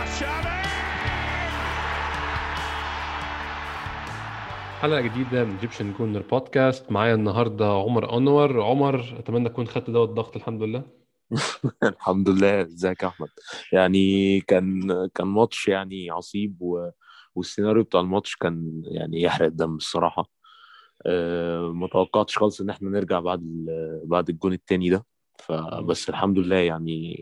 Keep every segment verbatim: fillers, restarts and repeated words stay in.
حلقة جديدة من ايجيبشن جونر بودكاست. معايا النهاردة عمر أنور. عمر، أتمنى تكون خدت دواء الضغط الحمد لله. الحمد لله. ازيك يا احمد؟ يعني كان كان ماتش يعني عصيب و... والسيناريو بتاع الماتش كان يعني يحرق الدم الصراحة. أه ما توقعتش خالص ان احنا نرجع بعد ال... بعد الجون التاني ده. مم. فبس الحمد لله يعني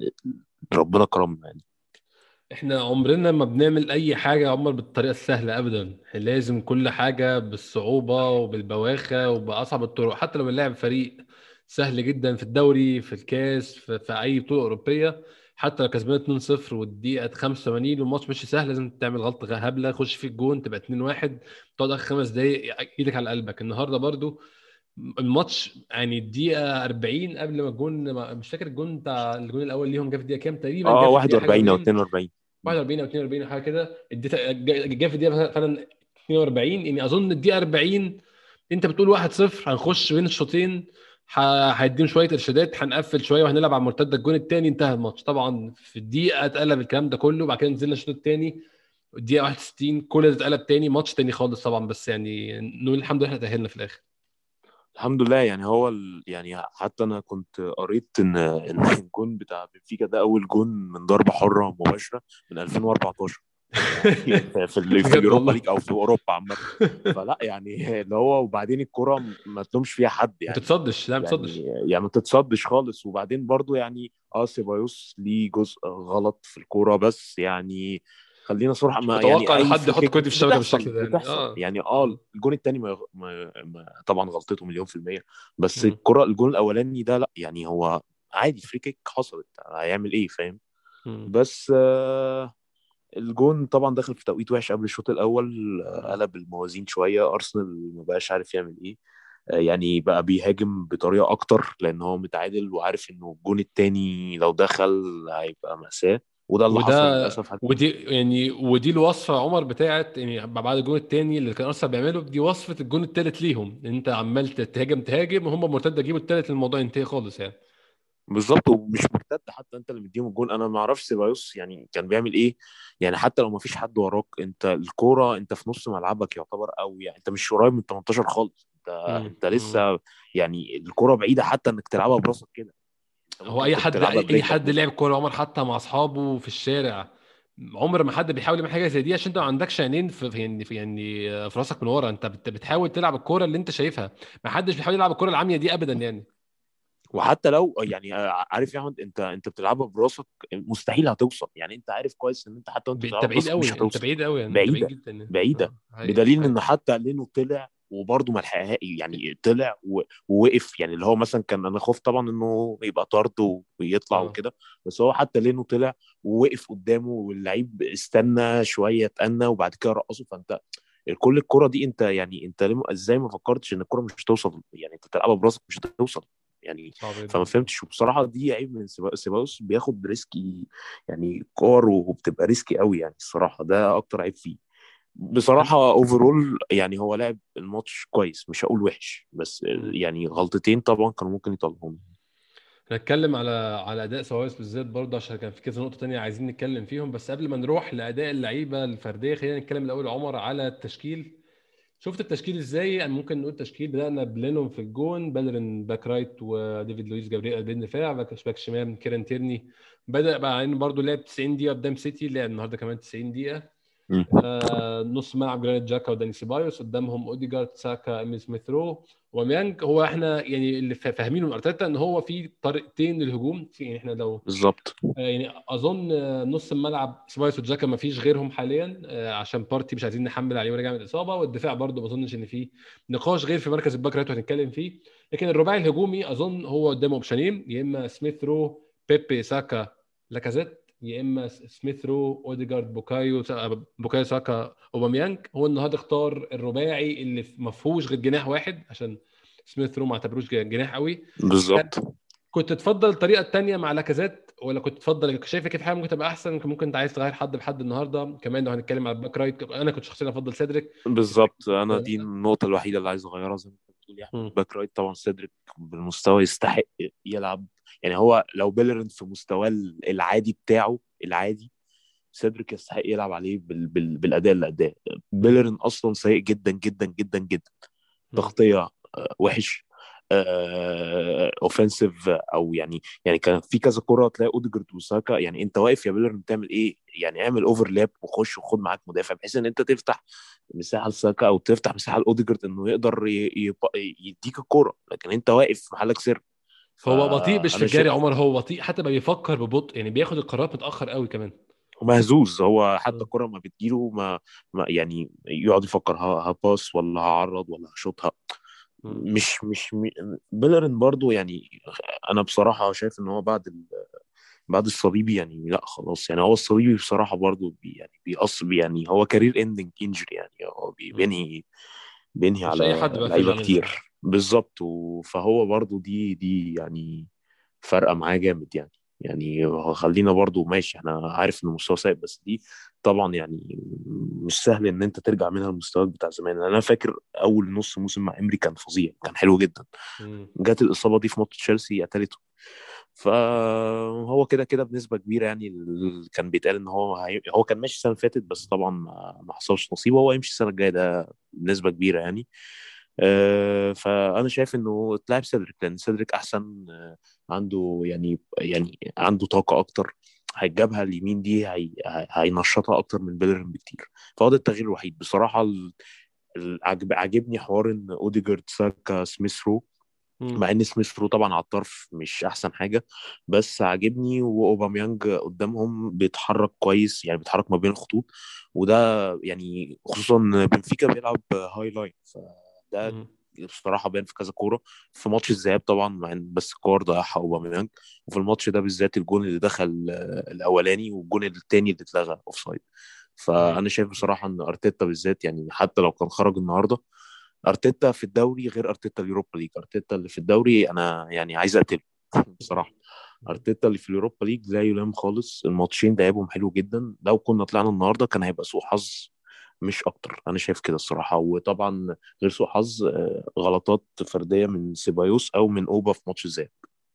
ربنا كرمنا يعني. احنا عمرنا ما بنعمل أي حاجة يا عمر بالطريقة السهلة أبدا. لازم كل حاجة بالصعوبة وبالبواخة وبأصعب الطرق، حتى لو بنلعب فريق سهل جدا في الدوري، في الكاس، في, في أي بطولة أوروبية. حتى لو كسبان اتنين صفر والدقيقة خمسة وثمانين والماتش مش سهل، لازم تعمل غلطة هبلة تخش في الجون تبقى اتنين واحد، تقعد آخر خمس دقايق ايدك على قلبك. النهارده برضو الماتش يعني الدقيقة أربعين قبل ما الجون، ما- مش فاكر الجون بتاع الجون الأول ليهم جه في الدقيقة كام تقريبا، جه اه في الدقيقة حاجة واحد واربعين او و40، اتنين واربعين. واحد وأربعين أو اتنين وأربعين حاجة كده. اديتها جه جه في الدقيقة فعلا اتنين وأربعين، يعني أظن الدقيقة أربعين أنت بتقول واحد صفر هنخش بين الشوطين، ه- هيديهم شوية إرشادات، هنقفل شوية وهنلعب على المرتدة. الجون الثاني انتهى الماتش طبعا في الدقيقة، اتقلب الكلام ده كله. بعد كده نزلنا الشوط الثاني الدقيقة واحد وستين كل ده اتقلب تاني، ماتش تاني خالص طبعا. بس يعني نقول الحمد لله احنا تأهلنا في الآخر. الحمد لله. يعني هو ال... يعني حتى انا كنت قريت ان ان الجون بتاع بنفيكا ده اول جون من ضربة حرة مباشرة من ألفين واربعتاشر. يعني في في, ال... في بجد اليوروبا والله. ليج او في اوروبا عامة. فلا يعني اللي هو وبعدين الكرة ما تلومش فيها حد ما يعني. تتصدش، لا ما يعني تتصدش. يعني ما تتصدش خالص. وبعدين برضو يعني اه سيبايوس ليه جزء غلط في الكورة بس يعني خلينا صراحة مش ما متوقع يعني ان اي حد فري يحط كيك كويس في الشبكه بتحصل بالشكل ده يعني. بتحصل اه. يعني اه مم. الجون التاني ما, ما, ما طبعا غلطته مليون في المية. بس مم. الكرة الجون الاولاني ده لا يعني هو عادي فري كيك حصلت هيعمل ايه فاهم. مم. بس آه الجون طبعا دخل في توقيت وحش قبل الشوط الاول. آه، قلب الموازين شويه ارسنال ما بقاش عارف يعمل ايه. آه، يعني بقى بيهاجم بطريقه اكتر لان هو متعادل وعارف انه الجون التاني لو دخل هيبقى مأساة. وده اللي وده حصل للاسف حتى. ودي يعني ودي الوصفه يا عمر بتاعت يعني بعد الجون الثاني اللي كان ارسنال بيعمله، دي وصفه الجون الثالث ليهم. انت عمال تهاجم تهاجم وهم مرتده يجيبوا الثالث، الموضوع ينتهي خالص يعني. بالظبط ومش مرتد حتى انت اللي مديهم الجون. انا ما اعرفش سيبايوس يعني كان بيعمل ايه. يعني حتى لو ما فيش حد وراك انت الكوره انت في نص ملعبك يعتبر او يعني انت مش قريب من تمنتاشر خالص. انت مم. انت مم. لسه يعني الكوره بعيده حتى انك تلعبها براسك كده. انت هو ممكن اي كنت حد تلعبها اي برجلك حد مثلا. لعب كوره عمر حتى مع اصحابه في الشارع، عمر ما حد بيحاول يعمل حاجه زي دي، عشان انت ما عندكش عينين في في- يعني في يعني في راسك من ورا. انت بت- بتحاول تلعب الكوره اللي انت شايفها. ما حدش بيحاول يلعب الكوره العاميه دي ابدا يعني. وحتى لو يعني آه، عارف يا احمد انت انت بتلعبها براسك مستحيل هتوصل. يعني انت عارف كويس ان انت حتى وانت ب- انت بتلعبها بعيد براسك مش قوي، انت هتوصل. بعيد قوي يعني، انت بعيد بعيده جدا يعني. بعيده. اه حقيقة بدليل حقيقة. ان حتى لينو طلع وبرضه ما لحقها يعني طلع و- ووقف. يعني اللي هو مثلا كان انا خفت طبعا انه يبقى طرد ويطلع اه. وكده. بس هو حتى لينو طلع ووقف قدامه واللعيب استنى شويه اتأنى وبعد كده رقصه. فانت كل الكرة دي انت يعني انت ليه- ازاي ما فكرتش ان الكرة مش هتوصل. يعني انت تلعبها براسك مش هتوصل يعني. صعب فما جدا. فهمتش. وبصراحة دي عيب من سيبا- سيباوس بياخد ريسكي يعني كور وبتبقى ريسكي قوي يعني. الصراحة ده اكتر عيب فيه. بصراحة اوفرول يعني هو لعب الماتش كويس مش هقول وحش بس مم. يعني غلطتين طبعا كانوا ممكن يطلعهم. هنتكلم على على اداء سواريز بالذات برضه، عشان كان في كذا نقطه تانية عايزين نتكلم فيهم. بس قبل ما نروح لاداء اللعيبه الفرديه، خلينا نتكلم الاول عمر على التشكيل. شفت التشكيل ازاي؟ يعني ممكن نقول تشكيل: بدأنا بلينوم في الجون، بلرين باك رايت، وديفيد لويس جابريل قلبين دفاع، باك باك شمال كيران تيرني. بدأ بقى عين برضه لعب تسعين دقيقة قدام سيتي، لعب النهارده كمان تسعين دقيقة. مم. آه نص ملعب جرانيت جاكا وداني سيبايوس، قدامهم اوديجارد، ساكا، ايميل سميث رو، وميانج. هو احنا يعني اللي فا- فاهمينه من ارتيتا ان هو في طريقتين للهجوم. في يعني احنا لو بالظبط. آه، يعني اظن آه، نص الملعب سبايس وجاكا ما فيش غيرهم حاليا، آه، عشان بارتي مش عايزين نحمل عليه وراجع من الاصابه. والدفاع برضه ما اظنش ان في نقاش غير في مركز الباك رايت وهنتكلم فيه. لكن الرباعي الهجومي اظن هو قدامه اوبشنين: يا اما سميث رو، بيبي، ساكا، لاكازيت، يا اما سميث رو، اوديجارد، بوكايو، سا- بوكايو، ساكا، اوباميانج. هو النهارده اختار الرباعي اللي ما فيهوش غير جناح واحد، عشان سميث رو ما اعتبروش جناح قوي. بالظبط. كنت تفضل الطريقه التانيه مع لاكازيت، ولا كنت تفضل شايف كيف حاجه ممكن تبقى احسن؟ ممكن ممكن انت عايز تغير حد بحد النهارده كمان؟ لو هنتكلم على الباك رايت، انا كنت شخصيا افضل سيدريك. بالظبط انا دي النقطة الوحيدة اللي عايز اغيرها زي ما انت بتقول يا احمد. مم. باك رايت طبعا سيدريك بالمستوى يستحق يلعب. يعني هو لو بيلرين في مستواه العادي بتاعه العادي سيدريك يستحق يلعب عليه بال... بال... بالاداء اللي اداه. مم. بيلرين اصلا سيء جدا جدا جدا جدا. مم. تغطيه آه، وحش. اوفensive او يعني يعني كان في كذا كره تلاقي اوديجارد وساكا، يعني انت واقف يا بيلرين بتعمل ايه؟ يعني اعمل اوفرلاب وخش وخد معاك مدافع بحيث ان انت تفتح مساحه لساكا او تفتح مساحه لاوديجارد انه يقدر ي... ي... يديك الكوره، لكن انت واقف محلك سر. هو بطيء مش في فانا الجري يا شايف عمر، هو بطيء حتى بقى بيفكر ببطء، يعني بياخد القرارات متأخر قوي كمان. مهزوز هو، حتى مم. الكرة ما بتجيله ما, ما يعني يقعد يفكر ه- هباص ولا هعرض ولا هشوطها. مم. مش مش م- بيلرين برضو يعني. انا بصراحة شايف ان هو بعد ال... بعد الصليبي يعني لا خلاص، يعني هو الصليبي بصراحة برضو بي يعني بيقص بي يعني هو كارير اندنج انجري، يعني هو بي- مم. بينهي بينهي مش اي على حد بقى لعيبة يرجع منها. كتير بالظبط. و- فهو برضو دي دي يعني فارقه معاه جامد يعني. يعني خلينا برضو ماشي، احنا عارف ان المستوى سيء، بس دي طبعا يعني مش سهل ان انت ترجع منها المستوى بتاع زمان. انا فاكر اول نص موسم مع امري كان فظيع، كان حلو جدا. مم. جات الاصابه دي في ماتش تشيلسي قتلته. فهو كده كده بنسبه كبيره يعني ال- كان بيتقال ان هو هي... هو كان ماشي السنه اللي فاتت، بس طبعا ما ما حصلش نصيب، وهو يمشي السنه الجايه ده بنسبه كبيره يعني. آه، فانا شايف انه تلعب سيدريك لان سيدريك احسن. آه، عنده يعني يعني عنده طاقه اكتر. هيجابها اليمين دي هي... هي- هينشطها اكتر من بيلرين بكتير. فهو ده التغيير الوحيد بصراحه. ال... ال- عجب... عجبني حوار ان اوديجارد ساكا سميث رو، مم. مع ان سميث رو طبعا على الطرف مش احسن حاجه، بس عاجبني. واوباميانج قدامهم بيتحرك كويس، يعني بيتحرك ما بين الخطوط. وده يعني خصوصا بنفيكا بيلعب هاي لاين، فده مم. بصراحه باين في كذا كوره. في ماتش الذهاب طبعا مع ان بس الكور ضيعها اوباميانج، وفي الماتش ده بالذات الجون اللي دخل آه، الاولاني والجون الثاني اللي اتلغى اوفسايد. صحيح. فانا شايف بصراحه ان ارتيتا بالذات يعني حتى لو كان خرج النهارده، ارتيتا في الدوري غير ارتيتا اليوروبا ليج. ارتيتا اللي في الدوري انا يعني عايز اقتله بصراحه. مم. ارتيتا اللي في اليوروبا ليج لا يلام خالص. الماتشين لعبهم حلو جدا، لو كنا طلعنا النهارده كان هيبقى سوء حظ مش اكتر. انا شايف كده الصراحه. وطبعا غير سوء حظ آه، غلطات فرديه من سيبايوس او من اوبا في ماتش الذهاب.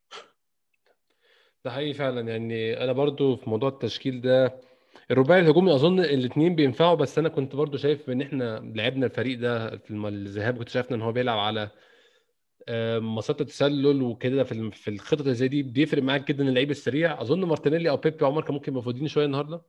ده حقيقي فعلا، يعني انا برضو في موضوع التشكيل ده الرباعي الهجومي اظن الاثنين بينفعوا، بس انا كنت برضو شايف ان احنا لعبنا الفريق ده في الم- الذهاب، كنت شايفنا ان هو بيلعب على آه، مسات التسلل وكده. في الم- في الخطط اللي زي دي بيفرق معاك جدا اللعيب السريع. اظن مارتينيلي او بيبي عمر كان ممكن يبقوا فاضيين شويه النهارده.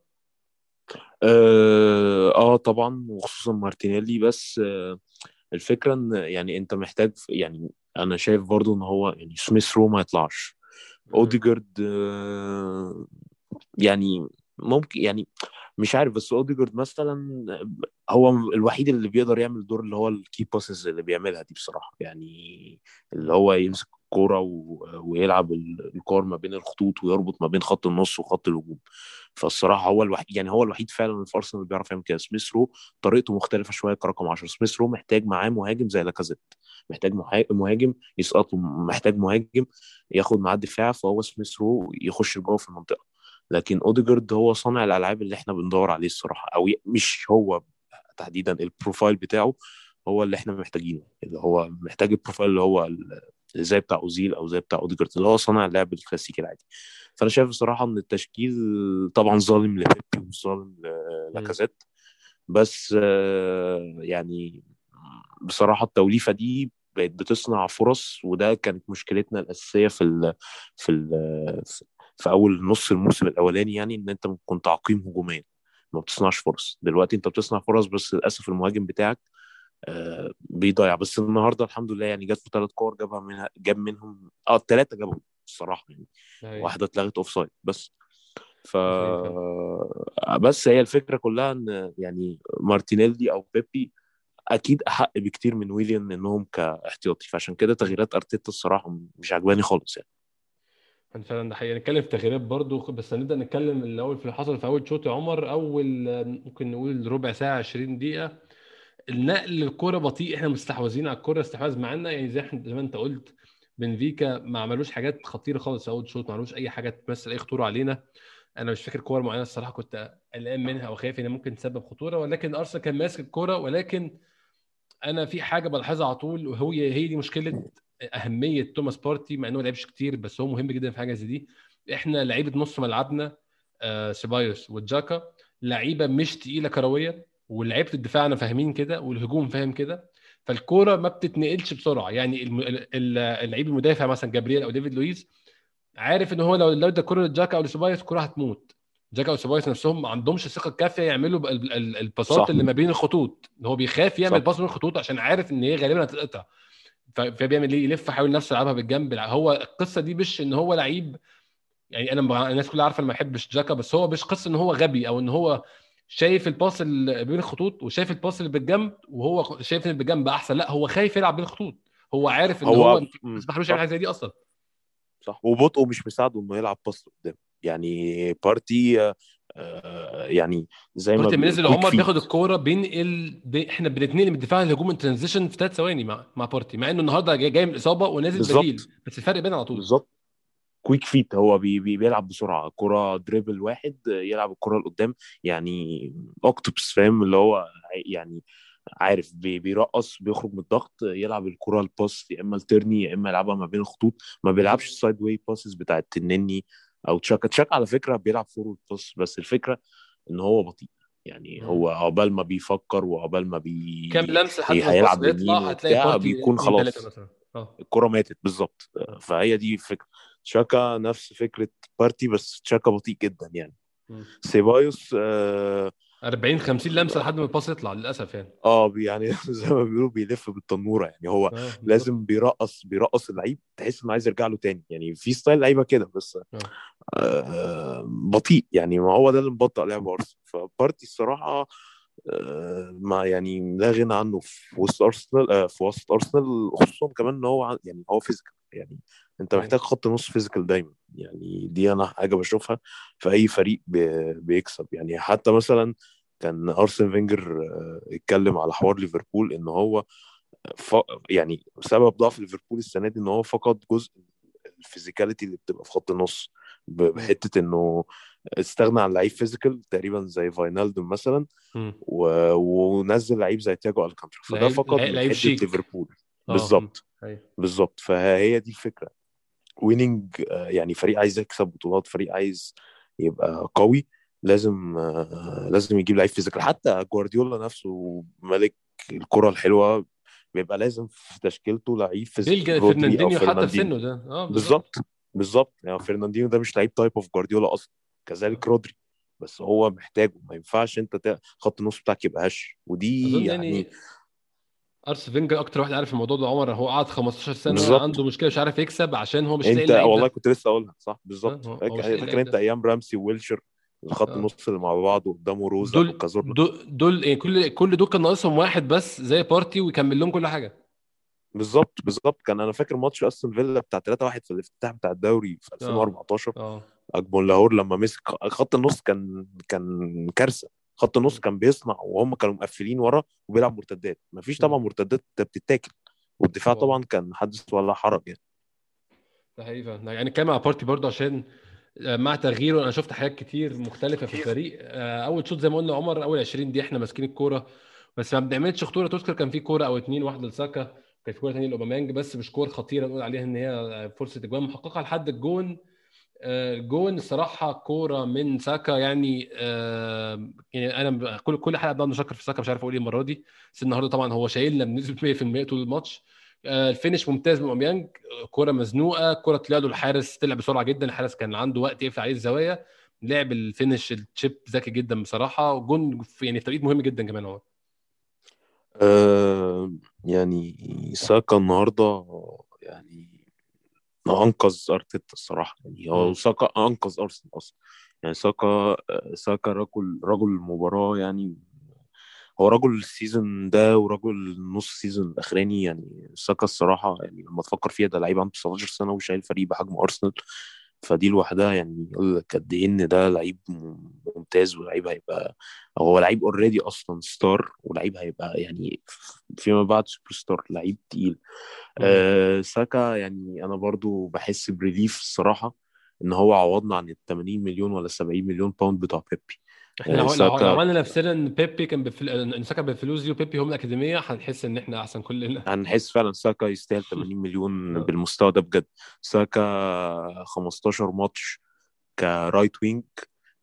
اه آه، طبعا وخصوصا مارتينيلي. بس آه الفكره ان يعني انت محتاج يعني انا شايف برضو ان هو يعني سميث رو ما يطلعش. مم. اوديجارد آه، يعني ممكن يعني مش عارف، بس اوديجارد مثلا هو الوحيد اللي بيقدر يعمل دور اللي هو الكي باسز اللي بيعملها دي بصراحة يعني. اللي مم. هو يمسك الكورة و... ويلعب ال- الكور ما بين الخطوط ويربط ما بين خط النص وخط الهجوم. فالصراحة هو الوحيد، يعني هو الوحيد فعلا اللي في أرسنال اللي بيعرف يعمل كده. سميث رو طريقته مختلفة شوية كرقم عشرة. سميث رو محتاج معاه مهاجم زي لاكازيت، محتاج محا- مهاجم يسقط له، محتاج مهاجم ياخد معاه الدفاع. فهو سميث رو يخش جوه في المنطقة. لكن اوديجارد هو صانع الالعاب اللي احنا بندور عليه الصراحه، او ي- مش هو تحديدا، البروفايل بتاعه هو اللي احنا محتاجينه. اللي هو محتاج البروفايل اللي هو ال- زي بتاع اوزيل او زي بتاع اوديجارد، اللي هو صانع اللعب الكلاسيكي العادي. فانا شايف بصراحه ان التشكيل طبعا ظالم لبيبي وظالم مم. لاكازيت. بس آه، يعني بصراحه التوليفه دي بقت بتصنع فرص، وده كانت مشكلتنا الاساسيه في ال في ال في اول نص الموسم الاولاني، يعني ان انت كنت عقيم هجوميا ما بتصنعش فرص. دلوقتي انت بتصنع فرص، بس للاسف المهاجم بتاعك آه بيضيع. بس النهارده الحمد لله يعني جات له ثلاث كور جابها منها، جاب منهم اه الثلاثه جابهم الصراحه يعني. ده واحده اتلغت اوف سايد بس. ف حقيقي فعلا. بس هي الفكره كلها ان يعني مارتينيلي او بيبي اكيد احق بكتير من ويليان انهم كاحتياطي. فعشان كده تغييرات ارتيتا الصراحه مش عجباني خالص يعني. كان فعلا ده حقيقي. نتكلم في تغييرات برضو، بس هنبدا نتكلم الاول في اللي حصل في اول شوط يا عمر. اول آه، ممكن نقول ربع ساعه عشرين دقيقه النقل الكرة بطيء، احنا مستحوذين على الكرة استحواذ معانا، يعني زي احنا- زي ما انت قلت بنفيكا ما عملوش حاجات خطيره خالص في اول شوط، ما عملوش اي حاجه تمثل اي خطوره علينا. انا مش فاكر كور معينه الصراحه كنت قلقان منها او خايف انها ممكن تسبب خطوره، ولكن ارسنال كان ماسك الكوره. ولكن انا في حاجه بلاحظها على طول، وهو هي دي مشكله اهميه توماس بارتي، مع انه ما لعبش كتير بس هو مهم جدا في حاجه زي دي. احنا لعيبه نص ملعبنا آه سيبايوس وجاكا لعيبه مش تقيله كرويا، ولعيبه الدفاع انا فاهمين كده، والهجوم فاهم كده. فالكوره ما بتتنقلش بسرعه. يعني الم- ال- ال- اللعيب المدافع مثلا جابرييل او ديفيد لويس عارف ان هو لو لو ادى الكوره لجاكا او لسوبايس الكوره هتموت. جاكا وسوبايس نفسهم ما عندهمش الثقه الكافيه يعملوا ب- ال- ال- الباصات صح اللي ما بين الخطوط. هو بيخاف يعمل صح باص من الخطوط عشان عارف ان هي غالبا هتتقطع. ف- فبيعمل ايه؟ يلف حاول نفسه يلعبها بالجنب. هو القصه دي مش ان هو لعيب. يعني انا مع- الناس كلها عارفه إن ما بحبش جاكا، بس هو مش قصه ان هو غبي او ان هو شايف الباص اللي بين الخطوط وشايف الباص اللي بالجنب وهو شايف ان بالجنب احسن. لا، هو خايف يلعب بين الخطوط. هو عارف ان هو هو ما مم. تسمحلوش يعمل صح حاجه زي دي اصلا. صح وبطئه مش مساعده انه يلعب باص قدام. يعني بارتي آه، آه، يعني زي ما بارتي لما بيقول نزل كويك عمر بياخد فيت. الكوره بين ال... بي... احنا بنتنقل من الدفاع للهجوم الترانزيشن في ثلاث ثواني مع مع بارتي، مع انه النهارده جاي, جاي من الاصابه ونازل بديل، بالظبط بس الفرق بين على طول. بالظبط كويك فيت. هو بي بي بيلعب بسرعه، كره دريبل واحد يلعب الكره لقدام. يعني اوكتوبس فاهم اللي هو يعني عارف بي بيرقص بيخرج من الضغط يلعب الكره الباس، يا اما الترني يا اما يلعبها ما بين الخطوط. ما بيلعبش بالظبط. السايد واي باسز بتاعت النني او تشاكا. تشاكا على فكره بيلعب فورورد باس، بس الفكره ان هو بطيء. يعني مم. هو عقبال ما بيفكر وعقبال ما كام بي لمسه لحد هي- ما الباص هيلعب بيطلع يمين هتلاقي وبتاع بارتي بيكون اتنين تلاته خلاص مثلا. اه. الكرة ماتت بالظبط. فهي دي فكرة شاكا، نفس فكرة بارتي بس شاكا بطيء جدا يعني. مم. سيبايوس اه, اربعين خمسين لمسه لحد ما الباص يطلع للاسف يعني. آه بي- يعني زي ما بيقولوا بيلف بالتنورة. يعني هو اه بالظبط. لازم بيرقص بيرقص اللعيب تحس انه عايز يرجع له تاني. يعني في ستايل لعيبة كده بس اه. آه بطيء. يعني ما هو ده اللي مبطئ لعب ارسنال. فبارتي الصراحة آه، ما يعني لا غنى عنه في وسط ارسنال. آه، في وسط ارسنال خصوصا كمان ان هو عن- يعني هو فيزيكال. يعني انت ايوه. محتاج خط نص فيزيكال دايما. يعني دي انا حاجه بشوفها في اي فريق بي- بيكسب. يعني حتى مثلا كان ارسن فينجر آه، اتكلم على حوار ليفربول ان هو ف... يعني سبب ضعف ليفربول السنه دي ان هو فقد جزء الفيزيكاليتي اللي بتبقى في خط النص. ب- مم. بحته انه استغنى عن لعيب فيزيكال تقريبا زي فاينالدوم مثلا مم. و... ونزل لعيب زي تياجو الكانترا، فده لعيب فقد لعيب من لعيب حده شيك. ليفربول. اه. مم. بالظبط ايوه. بالظبط فهي دي الفكره. ويننج يعني فريق عايز يكسب بطولات، فريق عايز يبقى قوي، لازم آه، لازم يجيب لعيب فيزيكال. حتى جوارديولا نفسه ملك الكرة الحلوة بيبقى لازم في تشكيلته لعيب فيزيكال، بيلجأ رودري او فرناندينيو حتى في فرناندينو. سنه ده. اه بالظبط. بالظبط بالظبط يعني فرناندينو ده مش لعيب تايب اوف جوارديولا اصلا، آه. كذلك رودري. بس هو محتاجه. ما ينفعش انت تا- خط النص بتاعك يبقى هش، ودي اظن يعني يعني ارس فينجر اكتر واحد عارف الموضوع ده. عمر هو قعد خمستاشر سنه بالظبط. عنده مشكله مش عارف يكسب عشان هو مش لاقي انت اللعيب والله ده. كنت لسه اقولها صح ها، بالظبط. هو هو مش فاكر لاقي فاكر اللعيب انت ده. ايام رامسي وويلشر الخط اه. النص اللي مع بعض وقدامه روزا او دول كازورلا. دول دول يعني كل كل دول كان ناقصهم واحد بس زي بارتي ويكمل لهم كل حاجه. بالظبط بالظبط كان انا فاكر ماتش استون فيلا بتاع ثلاثة واحد في الافتتاح بتاع الدوري في اه. ألفين واربعتاشر. اه. اجمل لاهور لما مسك خط النص كان كان كارثه. خط النص مم. كان بيصنع وهم كانوا مقفلين ورا وبيلعب مرتدات. مفيش طبعا مم. مرتدات بتتاكل، والدفاع هو طبعا كان حدث ولا حرج يعني. ده حقيقي فعلا. يعني نتكلم على بارتي برضه عشان آه، مع تغييره انا شفت حاجات كتير مختلفه في الفريق. آه، اول شوط زي ما قلنا عمر، اول عشرين دقيقه احنا ماسكين الكوره بس ما بنعملش خطوره تذكر. كان في كوره او اتنين، واحده لساكا، كان في كوره ثانيه لاوباميانج، بس مش كوره خطيره نقول عليها ان هي فرصه اجوان محققه لحد الجون. آه، الجون الصراحه كوره من ساكا يعني. آه، يعني انا ب- كل كل حلقه بنقعد نشكر في ساكا، مش عارف اقول ايه المره دي. بس النهارده طبعا هو شايلنا بنسبه مية في المية طول الماتش. آه، الفينش ممتاز من اوباميانج. آه، كوره مزنوقه، كوره طلع له الحارس، طلع بسرعه جدا، الحارس كان عنده وقت يقفل عليه الزوايا. لعب الفينش التشيب ذكي جدا بصراحه، وجون في يعني في توقيت مهم جدا كمان هو. آه يعني ساكا النهارده يعني انقذ ارتيتا الصراحه. يعني هو امم. ساكا انقذ ارسنال اصلا. يعني ساكا ساكا رجل رجل المباراه يعني. هو رجل السيزون ده ورجل نص السيزون الاخراني. يعني ساكا الصراحه يعني لما تفكر فيها ده لعيب عنده تسعتاشر سنه وشايل فريق بحجم ارسنال. فدي لوحدها يعني يقول لك قد ايه ان ده لعيب م- ممتاز. ولعيب هيبقى هو لعيب اوريدي اصلا ستار، ولعيب هيبقى يعني فيما بعد سوبر ستار، لعيب تقيل. امم. أه ساكا يعني انا برضو بحس بريليف الصراحه ان هو عوضنا عن ال ثمانين مليون ولا سبعين مليون باوند بتوع بيبي. احنا أه لو لو لو ساكا عملنا نفسنا ان بيبي كان بفل... ان ساكا بالفلوس دي وبيبي هم الاكاديميه، هنحس ان احنا احسن كلنا. هنحس فعلا ساكا يستاهل ثمانين مليون اه. بالمستوى ده بجد. ساكا خمستاشر ماتش كرايت وينج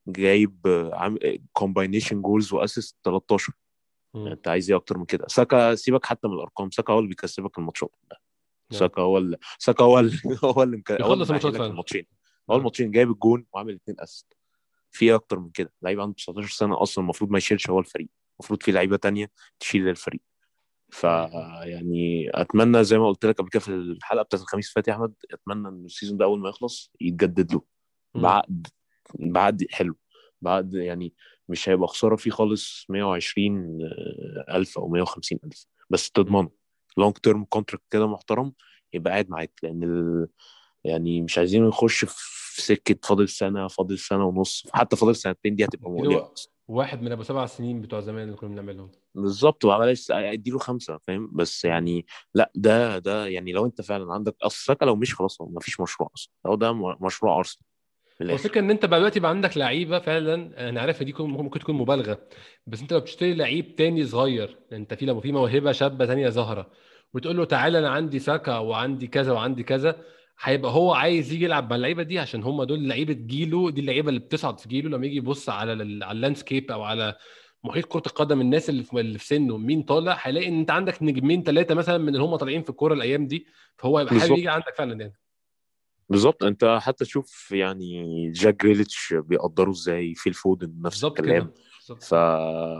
جايب كومباينيشن جولز واسيست تلتاشر. مم. انت عايز ايه اكتر من كده؟ ساكا سيبك حتى من الارقام، ساكا هو اللي بيكسبك الماتشات. نعم. ساكا هو اللي ساكا هو اللي هو اللي مك... هو اللي بيخلص الماتشات مأهلك فعلا. الماتشين. هو نعم. الماتشين جايب الجون وعامل اتنين اسيست. في ايه اكتر من كده؟ لعيب عنده تسعتاشر سنه اصلا، المفروض ما يشيلش هو الفريق، المفروض في لعيبه تانية تشيل الفريق. ف حقيقي. يعني اتمنى زي ما قلت لك قبل كده في الحلقه بتاعت الخميس فات يا احمد، اتمنى ان السيزون ده اول ما يخلص يتجدد له مم. بعقد بعقد حلو، بعقد يعني مش هيبقى خساره فيه خالص مية وعشرين الف او مية وخمسين الف، بس مم. تضمنه لونج تيرم كونتراكت كده محترم يبقى قاعد معاك. لان ال... يعني مش عايزينه يخش في سكه فاضل سنه، فاضل سنه ونص، حتى فاضل سنتين، دي هتبقى مؤلمه. اديله واحد من ابو سبع سنين بتوع زمان اللي كنا بنعملهم. بالظبط، وعمال اديله خمسه، فاهم؟ بس مم. يعني لا، ده ده يعني لو انت فعلا عندك اصل ساكا، لو مش خلاص هو مفيش مشروع اصلا، هو ده م- مشروع ارسنال من هو الاخر. الفكره ان انت بقى دلوقتي بقى عندك لعيبه فعلا، انا عارف دي كون- ممكن تكون مبالغه، بس انت لو بتشتري لعيب تاني صغير، انت في لو في موهبه شابه تانيه ظاهره، وتقول له تعالى انا عندي ساكا وعندي كذا وعندي كذا، هيبقى هو عايز يجي يلعب مع اللعيبه دي عشان هم دول لعيبه جيله، دي اللعيبه اللي بتصعد في جيله. لما يجي يبص على ال- على اللاندسكيب او على محيط كرة القدم، الناس اللي في اللي في سنه مين طالع، هيلاقي ان انت عندك نجمين ثلاثه مثلا من اللي هم طالعين في الكوره الايام دي، فهو هيبقى حابب يجي بالظبط، عندك فعلا يعني. بالظبط. انت حتى تشوف يعني جاك جريليتش بيقدروا ازاي، في الفودن نفس بالظبط الكلام. كده. بالظبط ف كده.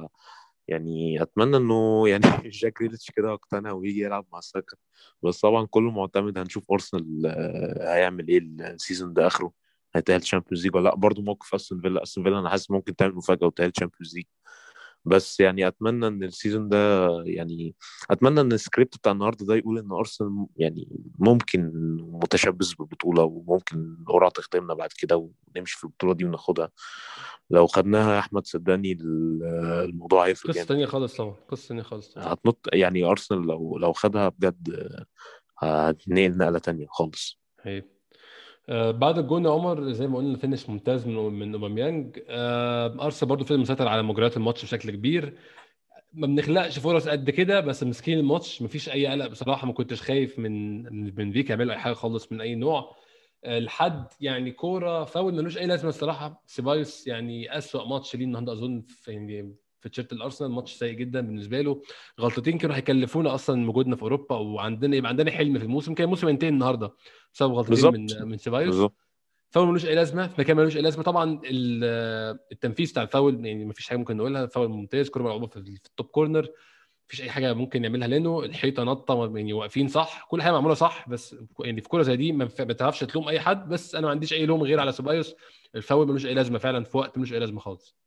يعني اتمنى انه يعني جاك جريليتش كده اقتنع ويجي يلعب مع ساكا. بس طبعا كله معتمد، هنشوف ارسنال آه، هيعمل ايه السيزون ده اخره، هيتأهل تشامبيونز ليج ولا لا. برضه موقف استون فيلا، استون فيلا انا حاسس ممكن تعمل مفاجأة وتأهل تشامبيونز ليج. بس يعني اتمنى ان السيزون ده يعني اتمنى ان السكريبت بتاع النهارده ده يقول ان ارسنال يعني ممكن متشبث بالبطوله، وممكن القرعه تخدمنا بعد كده ونمشي في البطوله دي وناخدها. لو خدناها يا احمد صدقني ال- الموضوع هيفرق قصة جامد تانية يعني. خالص طبعا، قصة تانية خالص. هتنط يعني ارسنال لو لو خدها بجد، هتنقل نقله تانية خالص. هي آه بعد الجون يا عمر، زي ما قلنا فينش ممتاز من من اوباميانج. آه ارسنال برضو فضل مسيطر على مجريات الماتش بشكل كبير، ما بنخلقش فرص قد كده، بس مسكين الماتش مفيش اي قلق بصراحة. ما كنتش خايف من من فيك يعملوا اي حاجة خالص من اي نوع. آه لحد يعني كورة فاول ملوش اي لازمة الصراحة. سيبايوس يعني اسوأ ماتش ليه النهارده اظن في يعني في تيشيرت الارسنال، ماتش سيء جدا بالنسبه له. غلطتين كانوا هيكلفونا اصلا وجودنا في اوروبا، وعندنا يبقى عندنا حلم في الموسم، كان الموسم ينتهي النهارده بسبب غلطتين بالظبط، من من سيبايوس. بالظبط. فاول ملوش اي لازمه في مكان ملوش اي لازمه طبعا. ال- التنفيذ بتاع الفاول يعني ما فيش حاجه ممكن نقولها، فاول ممتاز، كره ملعوبه في في التوب كورنر، مفيش اي حاجه ممكن نعملها لانه الحيطه نطه يعني واقفين صح، كل حاجه معموله صح، بس يعني في كوره زي دي ما ف- ما تعرفش تلوم اي حد، بس انا ما عنديش اي لوم غير على سيبايوس. الفاول ملوش اي لازمه فعلا في وقت ملوش اي لازمه خالص.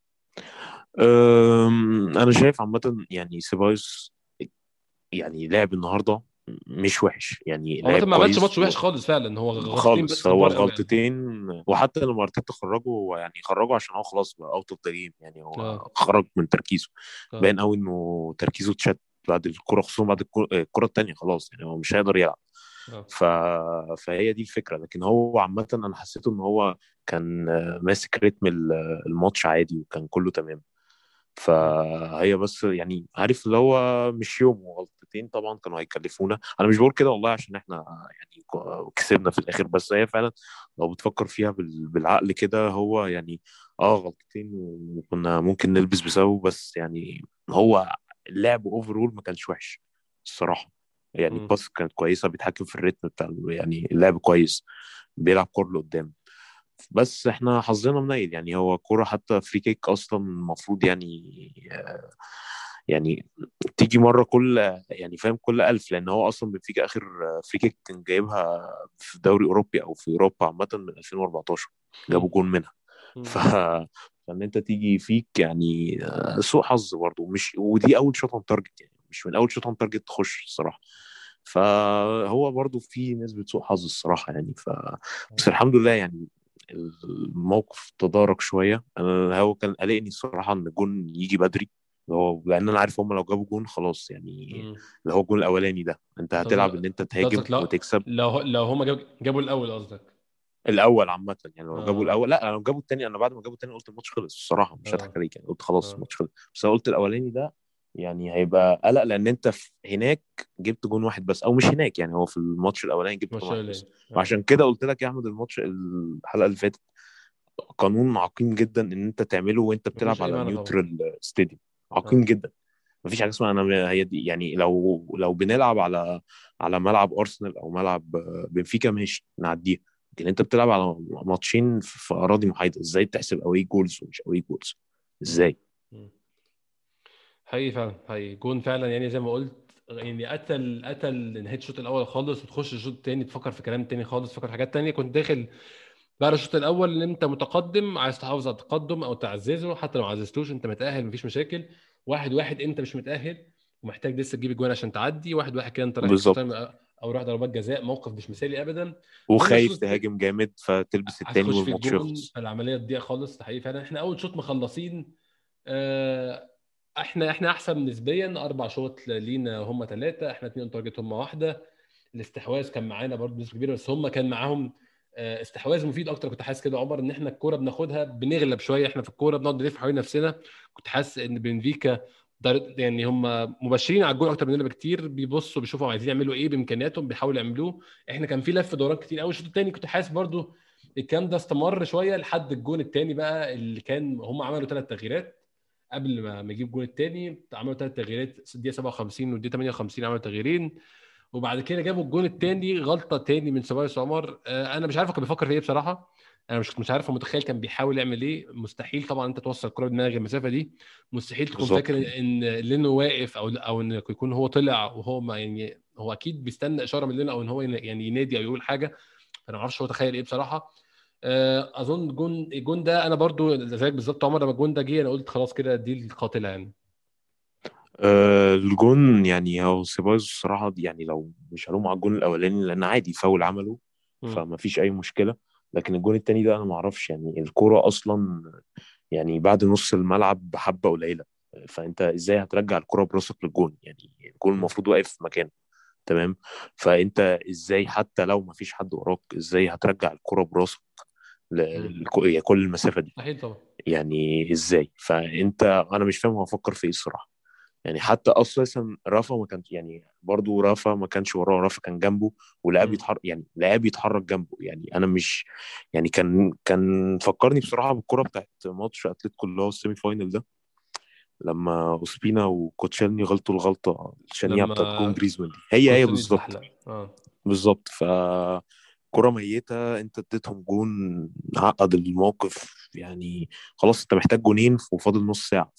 أم، انا شايف عامه يعني سيبايوس يعني لعب النهارده مش وحش، يعني هو لعب مثلا ما عملش كويس ماتش وحش خالص فعلا، هو غلطتين خالص. بس هو كبار قوي يعني. الغلطتين، وحتى لما ارتيتا خرجه هو يعني خرجه عشان هو خلاص بقى اوت اوف ذا جيم، يعني اه. هو خرج من تركيزه. اه. باين قوي انه تركيزه اتشت بعد الكرة، خصوصا بعد الكرة, الكرة التانية، خلاص يعني هو مش هيقدر يلعب. اه. ف... فهي دي الفكرة. لكن هو عامة انا حسيته ان هو كان ماسك رتم الماتش عادي، وكان كله تمام. مم. فهي بس يعني عارف اللي هو مش يوم وغلطتين طبعا كانوا هيكلفونا. انا مش بقول كده والله عشان احنا يعني كسبنا في الاخر، بس هي فعلا لو بتفكر فيها بال- بالعقل كده، هو يعني اه غلطتين وكنا ممكن نلبس بسببه، بس يعني هو اللعب اوفرول ما كانش وحش الصراحة. يعني مم. الباس كانت كويسة، بيتحكم في الريتم بتاع يعني اللعب كويس، بيلعب كور لقدام. بس احنا حظنا منيل، يعني هو كرة حتى فري كيك اصلا المفروض يعني آه، يعني تيجي مرة كل يعني فاهم كل ألف، لأن هو أصلا بنفيكا آخر فري كيك كان جايبها في دوري أوروبي أو في أوروبا عامة من ألفين واربعتاشر، جابوا مم. جون منها. ف مم. فان انت تيجي فيك يعني آه، سوء حظ برضه، مش ودي اول شوط اون تارجت، يعني مش من اول شوط اون تارجت تخش الصراحه. فهو برضه في نسبه سوء حظ الصراحه يعني. ف بس الحمد لله يعني الموقف تدارك شويه. انا هو كان قلقني الصراحه ان الجون يجي بدري، اللي هو لان انا عارف هم لو جابوا جون خلاص يعني، مم. اللي هو الجون الاولاني ده انت انت هتلعب ان قصدك انت انت تهاجم قصدك لا، وتكسب. لو لو هما جاب... جابوا الاول قصدك. الاول عامه يعني لو جابوا اه. الاول، لا لو جابوا الثاني، انا بعد ما جابوا الثاني قلت الماتش خلص الصراحه، مش اه. هضحك عليك يعني، قلت خلاص اه. الماتش خلص. بس انا قلت الاولاني ده يعني هيبقى قلق، لان انت في هناك جبت جون واحد بس، او مش هناك يعني، هو في الماتش الاولاني جبت جون ماتش واحد بس. الاولاني. اه. وعشان كده قلت لك يا احمد الماتش الحلقه اللي فاتت قانون عقيم جدا ان انت تعمله وانت ما فيهوش بتلعب اي على معنى طبعا. نيوترال ستاديوم. عقيم اه. جدا. مفيش حاجه اسمها انا هي دي، يعني لو لو بنلعب على على ملعب ارسنال او ملعب آه، بنفيكا ماشي نعديها. لكن انت بتلعب على ماتشين في في اراضي محايده، ازاي تحسب اوي جولز ومش اوي جولز؟ مم. ازاي؟ مم. حقيقي فعلا، حقيقي جون فعلا، يعني زي ما قلت، يعني قتل قتل نهايه الشوط الاول خالص، وتخش الشوط الثاني تفكر في كلام تاني خالص، تفكر في حاجات تانية. كنت داخل بعد الشوط الاول ان انت متقدم، عايز تحافظ على التقدم او تعززه، حتى لو ما عززتوش انت متاهل مفيش مشاكل. واحد واحد انت مش متاهل ومحتاج لسه تجيب اجوان عشان تعدي. واحد واحد كده انت رايح اكسترا تايم بالظبط. او رايح ضربات جزاء، موقف مش مثالي ابدا. دخلنا وخايف الشوط الثاني، تهاجم جامد فتلبس عايز التاني تخش في والماتش الجون، يخلص. فالعمليه تضيع خالص. ده حقيقي فعلا. احنا اول شوط مخلصين، آه، احنا احنا احسن نسبيا، اربع شوط لينا هم ثلاثه، احنا اثنين تارجت هم واحده. الاستحواذ كان معانا برضه بنسبه كبيره، بس هم كان معاهم آه، استحواذ مفيد اكتر. كنت حاسس كده يا عمر ان احنا الكوره بناخدها بنغلب شويه، احنا في الكوره بنقعد نلف حوالين نفسنا. كنت حاسس ان بنفيكا در- يعني هم مبشرين على الجول اكتر مننا بكتير، بيبصوا بيشوفوا عايزين يعملوا ايه بامكانياتهم بيحاولوا يعملوه. احنا كان في لف دوران كتير قوي. الشوط الثاني كنت حاسس برضه الكلام ده استمر شويه لحد الجون الثاني بقى، اللي كان هم عملوا ثلاث تغييرات قبل ما ما يجيب الجون الثاني. عملوا ثلاث تغييرات، الدقيقه سبعة وخمسين والدقيقه ثمانية وخمسين عملوا تغييرين. وبعد كده جابوا الجون الثاني غلطه تاني من سيبايوس عمر. آه، انا مش عارف هو كان بيفكر في ايه بصراحه. انا مش مش عارف هو متخيل كان بيحاول يعمل ايه. مستحيل طبعا انت توصل الكره بدماغك المسافه دي. مستحيل تكون بالظبط. فاكر ان لينو واقف، او او ان يكون هو طلع وهو ما يعني، هو اكيد بيستنى اشاره من لينو او ان هو يعني ينادي او يقول حاجه. انا ما اعرفش هو تخيل ايه بصراحه. آه، اظن جون الجون ده انا برضو زيك بالظبط عمر، لما الجون ده جه انا قلت خلاص كده دي القاتله يعني. آه الجون يعني هو سيبايوس الصراحه دي، يعني لو مش هلوم على الجون الاولاني لان عادي فاول عمله مم. فما فيش اي مشكله. لكن الجون التاني ده انا ما اعرفش، يعني الكوره اصلا يعني بعد نص الملعب بحبه قليله، فانت ازاي هترجع الكوره براسك للجون؟ يعني الجون مم. المفروض واقف في مكانه. تمام. فانت ازاي حتى لو ما فيش حد وراك ازاي هترجع الكوره براسك مم. ل- لك- كل المسافه دي؟ مستحيل طبعا. يعني ازاي؟ فانت انا مش فاهم هو فكر في ايه الصراحه. يعني حتى اساسا رافا ما كانش، يعني برضو رافا ما كانش وراه، رافا كان جنبه ولعب مم. يتحرك، يعني لعب يتحرك جنبه. يعني انا مش، يعني كان كان فكرني بصراحه بالكره بتاعت ماتش اتلتيكو اللي هو السيمي فاينل ده، لما اوسبينا وكوتشيلني غلطوا الغلطه الشنيعه لما بتاعت جون جريزمان دي، هي هي كونسيلو بالظبط. يتزحلق اه. بالظبط. ف كرة ميتة انت اديتهم جون، عقد الموقف يعني. خلاص انت محتاج جونين وفاضل نص ساعة.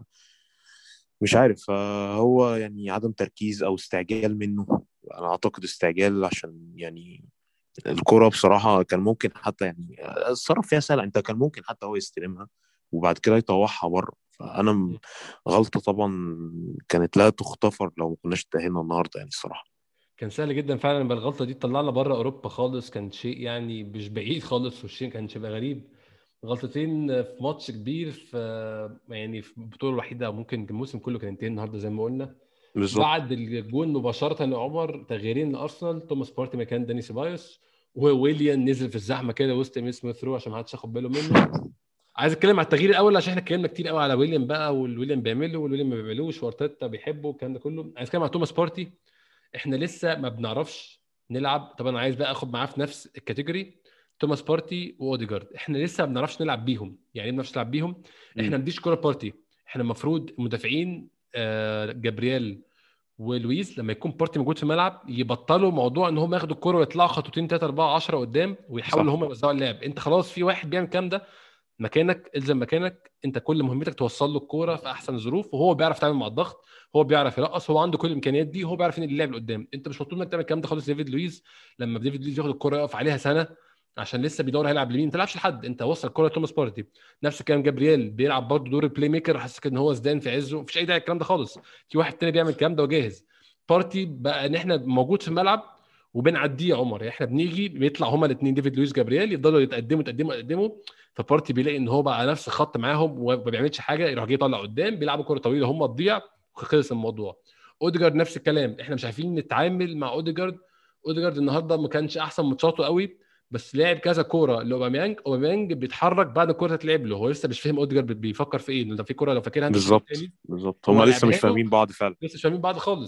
مش عارف آه، هو يعني عدم تركيز او استعجال منه. انا اعتقد استعجال عشان يعني الكرة بصراحة كان ممكن حتى يعني اتصرف فيها سهل. انت كان ممكن حتى هو يستلمها وبعد كده يطوعها بره. فانا م- مم. غلطة طبعا كانت لا تغتفر لو ما كناش تأهلنا النهارده يعني الصراحة. كان سهل جدا فعلا، بل الغلطه دي تطلعنا بره اوروبا خالص، كان شيء يعني مش بعيد خالص، والشيء كان شبه غريب. غلطتين في ماتش كبير، في يعني في البطوله الوحيده، أو ممكن الموسم كله كان ينتهي النهارده زي ما قلنا. بالظبط. بعد الجون مباشره يا عمر تغييرين لارسنال، توماس بارتي مكان داني سيبايوس، وويليان نزل في الزحمه كده وسط ميس سميث رو عشان ما حدش ياخد باله منه. عايز اتكلم على التغيير الاول عشان احنا اتكلمنا كتير قوي على ويليام بقى، والويليام بيعمله والويليام ما بيعملوش، وارتيتا بيحبه والكلام ده كله. عايز اتكلم على توماس بارتي. احنا لسه ما بنعرفش نلعب. طب انا عايز بقى اخد معاه في نفس الكاتيجوري توماس بارتي واوديجارد. احنا لسه ما بنعرفش نلعب بيهم. يعني ايه ما بنعرفش نلعب بيهم؟ احنا مم. ما بنديش كوره بارتي. احنا المفروض مدافعين آه جابرييل ولويس لما يكون بارتي موجود في الملعب يبطلوا موضوع ان هم ياخدوا الكوره ويطلعوا خطوتين ثلاثه اربعه عشرة قدام ويحاولوا صح. هم يوزعوا اللعب. انت خلاص في واحد بيعمل الكلام ده مكانك، الزم مكانك. انت كل مهمتك توصل له الكوره في احسن ظروف، وهو بيعرف يتعامل مع الضغط، هو بيعرف يرقص، هو عنده كل الامكانيات دي، هو بيعرف ينقل اللعب لقدام. انت مش مطلوب منك تعمل الكلام ده خالص. ديفيد لويس لما ديفيد لويس ياخد الكوره يقف عليها سنه عشان لسه بيدور هيلعب لمين، ما تلعبش لحد، انت وصل الكوره لتوماس بارتي. نفس الكلام جابرييل بيلعب برضه دور البلاي ميكر، حاسس ان هو زدان في عزه، مفيش اي داعي الكلام ده خالص. في واحد تاني بيعمل الكلام ده وجاهز. بارتي بقى ان احنا موجود في الملعب وبنعديه يا عمر. يعني احنا بنيجي بيطلع هما الاثنين ديفيد لويس جابرييل يفضلوا يتقدموا يتقدموا يتقدموا. فبارتي بيلاقي ان هو بقى على نفس الخط معاهم وما بيعملش حاجه، يروح جاي يطلع قدام بيلعبوا كره طويله هم تضيع وخلص الموضوع. اوديجارد نفس الكلام، احنا مش عارفين نتعامل مع اوديجارد. اوديجارد النهارده ما كانش احسن ماتشاته قوي، بس لعب كذا كوره لاوباميانج. اوباميانج بيتحرك بعد الكوره تتلعب له، هو لسه مش فاهم اوديجارد بيفكر في ايه. لو في كوره لو فاكرها انت الشوط بالظبط. الثاني بالظبط هو هما لسه مش لعبها له، فاهمين بعض فعلا. لسه مش فاهمين بعض خالص.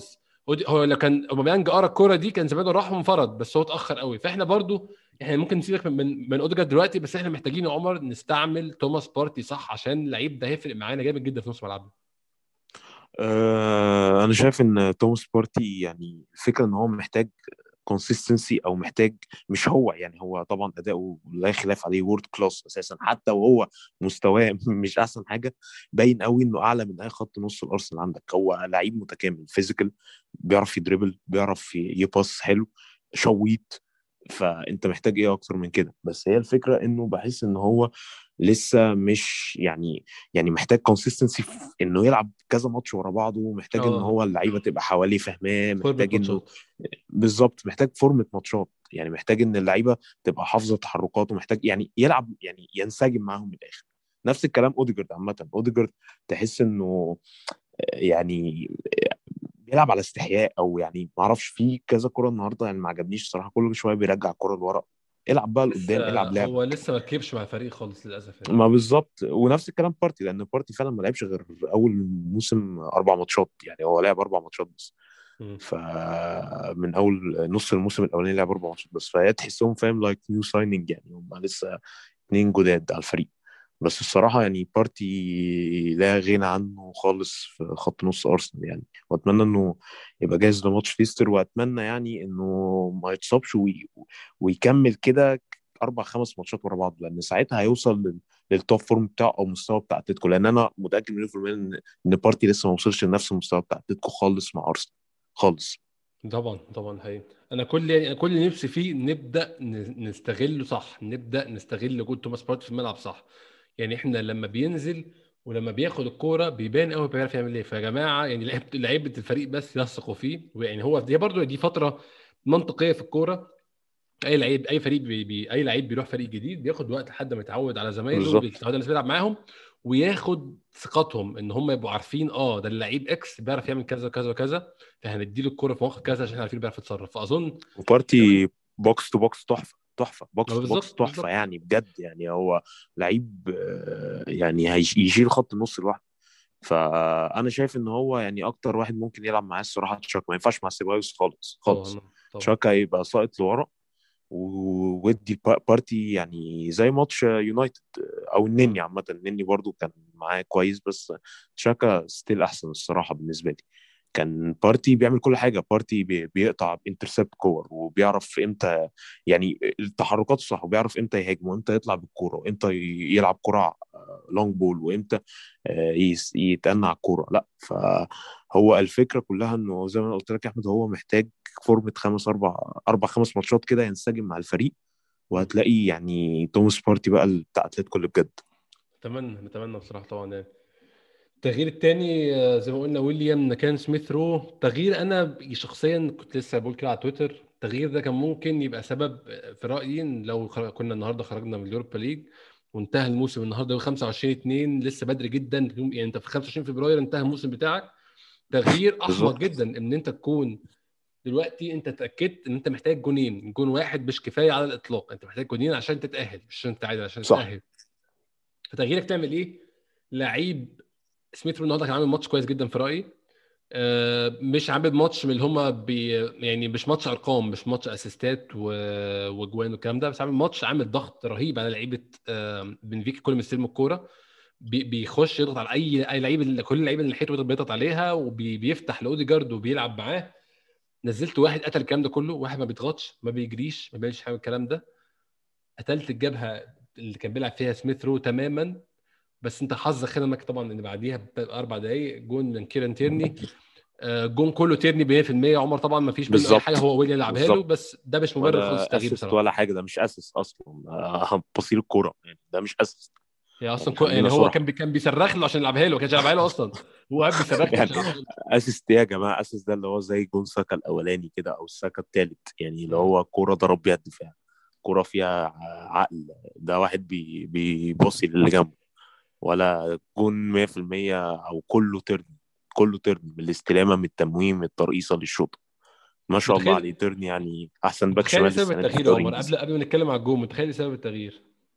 ودي- هو لو كان اوباميانج قرا الكوره دي كان زمانه راح وانفرد، بس هو اتاخر قوي. فاحنا برضو احنا ممكن نسيبك من من, من اوديجارد دلوقتي، بس احنا محتاجين يا عمر نستعمل توماس بارتي صح، عشان اللعيب ده هيفرق معانا جامد جدا في نص ملعبنا. أه انا شايف ان توماس بارتي يعني الفكره ان هو محتاج كونسيستنسي، او محتاج، مش هو يعني هو طبعا اداؤه لا خلاف عليه، وورد كلاس اساسا، حتى وهو مستواه مش احسن حاجه، باين قوي انه اعلى من اي خط نص الارسنال عندك. هو لعيب متكامل، فيزيكال، بيعرف يدريبل، بيعرف ي- يباص حلو، شويت. فانت محتاج ايه اكتر من كده؟ بس هي الفكره انه بحس ان هو لسه مش يعني يعني محتاج كونسيستنسي في انه يلعب كذا ماتش ورا بعضه، محتاج ان اه، هو اللعيبه تبقى حواليه فاهماه، فورمة محتاج انه ماتشات. بالظبط، محتاج فورمة ماتشات، يعني محتاج ان اللعيبه تبقى حافظه تحركاته، محتاج يعني يلعب، يعني ينسجم معاهم من الاخر. نفس الكلام اوديجارد. عامه اوديجارد تحس انه يعني بيلعب على استحياء، او يعني ما اعرفش، في كذا كرة النهارده يعني ما عجبنيش الصراحه، كل شويه بيرجع الكرة لورا. العب بقى لقدام، لسه العب هو لعبك. لسه ما ركبش مع الفريق خالص للاسف يعني. ما بالظبط. ونفس الكلام بارتي، لان بارتي فعلا ما لعبش غير اول موسم اربع ماتشات، يعني هو لعب اربع ماتشات بس. مم. فمن اول نص الموسم الاولاني لعب اربع ماتشات بس، فهي تحسهم فاهم لايك نيو سايننج، يعني هم لسه اتنين جداد على الفريق. بس الصراحة يعني بارتي لا غنى عنه خالص في خط نص أرسنال يعني. وأتمنى إنه يبقى جاهز لماتش ليستر، وأتمنى يعني إنه ما يتصابش وي... ويكمل كده أربع خمس ماتشات ورا بعض، لأن ساعتها هيوصل لل... للتوب فورم بتاعه أو مستوى بتاع أتلتيكو. لأن أنا متأكد مليون في المية إن إن بارتي لسه ما وصلش لنفس المستوى بتاع أتلتيكو خالص مع أرسنال خالص. طبعا طبعا هي. انا كل يعني أنا كل اللي نفسي فيه نبدا ن- نستغله صح، نبدا نستغل وجود توماس بارتي في الملعب صح. يعني احنا لما بينزل ولما بياخد الكوره بيبان قوي بيعرف يعمل ايه. فيا جماعه يعني لعيبه لعيبه الفريق بس يثقوا فيه، يعني هو دي برضو دي فتره منطقيه في الكوره. اي لعيب اي فريق بي بي اي لعيب بيروح فريق جديد بياخد وقت لحد ما يتعود على زمايله ويتعود بالظبط. على الناس بيلعب معاهم، وياخد ثقتهم ان هم يبقوا عارفين اه ده اللعيب اكس بيعرف يعمل كذا وكذا وكذا، فهنديله الكوره في مواقف كذا عشان عارفين بيعرف يتصرف. فاظن كمان وبارتي بوكس تو بوكس تحفة تحفة، آه، بوكس تو بوكس بالظبط تحفة بالظبط. يعني بجد. يعني هو لعيب آه، يعني هيش- يشيل خط النص لوحده. فأنا شايف إن هو يعني أكتر واحد ممكن يلعب معاه الصراحة تشاكا، ما ينفعش مع سيبايوس خالص خالص. طبعا طبعا. تشاكا يبقى ساقط لورا، و- ودي البا- بارتي يعني زي ماتش يونايتد او مم. النني. عامه النني برضو كان معاه كويس، بس تشاكا ستيل احسن الصراحه بالنسبه لي. كان بارتي بيعمل كل حاجه، بارتي بي- بيقطع انترسبت كور، وبيعرف امتى يعني التحركات صح، وبيعرف امتى يهاجم، وامتى يطلع بالكوره، وامتى ي- يلعب كره لونج بول، وامتى آه، يس- يتأنى على الكوره. لا، فهو الفكره كلها انه زي ما أنا قلت لك يا احمد، هو محتاج فورمة خمس أربع أربع خمس ماتشات كده ينسجم مع الفريق، مم. وهتلاقي يعني توماس بارتي بقى بتاع اتلتيكو اللي بجد. اتمنى نتمنى بصراحه طبعا يعني. التغيير التاني آه، زي ما قلنا ويليام مكان سميث رو. تغيير انا شخصيا كنت لسه بقول كده على تويتر، التغيير ده كان ممكن يبقى سبب آه، في رايي إن لو خر- كنا النهارده خرجنا من اليوروبا ليج وانتهى الموسم النهارده يوم خمسة وعشرين اتنين، لسه بدري جدا يوم- يعني انت في خمسة وعشرين فبراير انتهى الموسم بتاعك. تغيير احمق بالظبط. جدا ان انت تكون دلوقتي انت اتاكدت ان انت محتاج جونين، جون واحد مش كفايه على الاطلاق، انت محتاج جونين عشان تتاهل مش عشان تعادل، عشان صح. تتاهل. فتغييرك تعمل ايه؟ لعيب سميث رو النهارده كان عامل ماتش كويس جدا في رايي. آه، مش عامل ماتش من اللي هما بي يعني مش ماتش ارقام، مش ماتش اسيستات و- وجوان والكلام ده، بس عامل ماتش عامل ضغط رهيب على لعيبه آه، بنفيكا. كل ما يستلم الكوره بي- بيخش يضغط على اي اي لعيب، كل اللعيبه اللي ناحيته بيضغط عليها وبيفتح لاوديجارد وبيلعب معاه. نزلت واحد قتل الكلام ده كله، واحد ما بيضغطش ما بيجريش ما بيعملش حاجه من الكلام ده. قتلت الجبهه اللي كان بيلعب فيها سميث رو تماما. بس انت حظك خدمك طبعا ان بعديها باربع دقائق جون من كيران تيرني. آه، جون كله تيرني مية في المية. عمر طبعا ما فيش منه اي بالظبط. حاجه، هو ويليام لعبها له، بالظبط. بس ده مش مبرر خالص ولا التغيير اسيست بصراحه. ولا حاجه، ده مش اسيست اصلا، آه، بصير الكوره يعني، ده مش اسيست. هي اصلا يعني كو... خلينا يعني هو كان صراحه. بي... كان بيصرخ له عشان يلعبها له، ما كانش يلعبها له اصلا. هو قاعد بيصرخ له يعني عشان يلعبها له. اسيست إيه يا جماعه؟ اسيست ده اللي هو زي جون ساكا الاولاني كده، او الساكا الثالث، يعني اللي مم. هو كوره ضرب بيها الدفاع، كوره فيها عقل، ده واحد بي بيبصي للي جنبه. ولا جون مية في المية، او كله ترن، كله ترن من الاستلامه، من التمويم، من الترقيصه للشوط. ما شاء الله عليه متخيل ترن، يعني احسن باك متخيل ايه شمال سبب السنه دي في التغيير يا الدوري عمر؟ الانجليزي. قبل قبل ما نتكلم على الجون، متخيل ايه سبب التغيير؟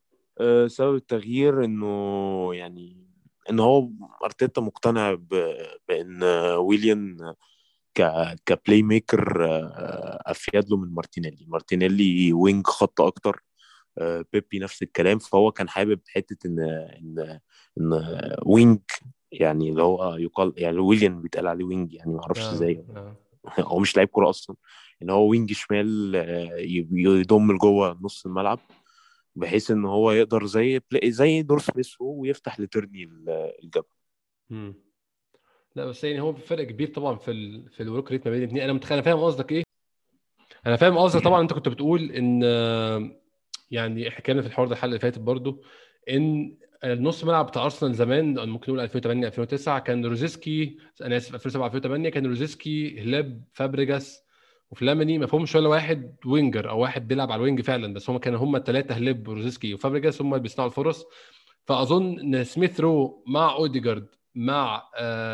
أه سبب التغيير انه يعني ان هو ارتيتا مقتنع ب... بان ويليان ك كبلاي ميكر آه، افيد له من مارتينيلي. مارتينيلي وينج خط اكتر، آه، بيبي نفس الكلام. فهو كان حابب حته ان ان ان وينج، يعني اللي هو يقال يعني ويليام بيتقال عليه وينج، يعني ما اعرفش اه ازاي. اه هو مش لعيب كوره اصلا. ان هو وينج شمال، آه، ي- يضم لجوه نص الملعب، بحيث ان هو يقدر زي بلا- زي دور سميث هو، ويفتح لترني ال- الجبهه. مم. لا بس يعني هو في فرق كبير طبعا في ال... في الورك ريت ما بين الاثنين. انا متخيل، انا فاهم قصدك ايه. انا فاهم قصدك طبعا. انت كنت بتقول ان آه، يعني احنا اتكلمنا في الحوار ده الحلقه اللي فاتت برضو، ان النص ملعب بتاع ارسنال زمان، أو ممكن نقول ألفين وثمانية ألفين وتسعة، كان روزيسكي، انا اسف ألفين وسبعة ألفين وثمانية، كان روزيسكي، هلاب، فابريجاس، وفلاميني. ما فيهمش ولا واحد وينجر او واحد بيلعب على الوينج فعلا، بس هم كانوا هم الثلاثه، هلاب وروزيسكي وفابريجاس، هم اللي بيصنعوا الفرص. فاظن ان سميث رو مع اوديجارد مع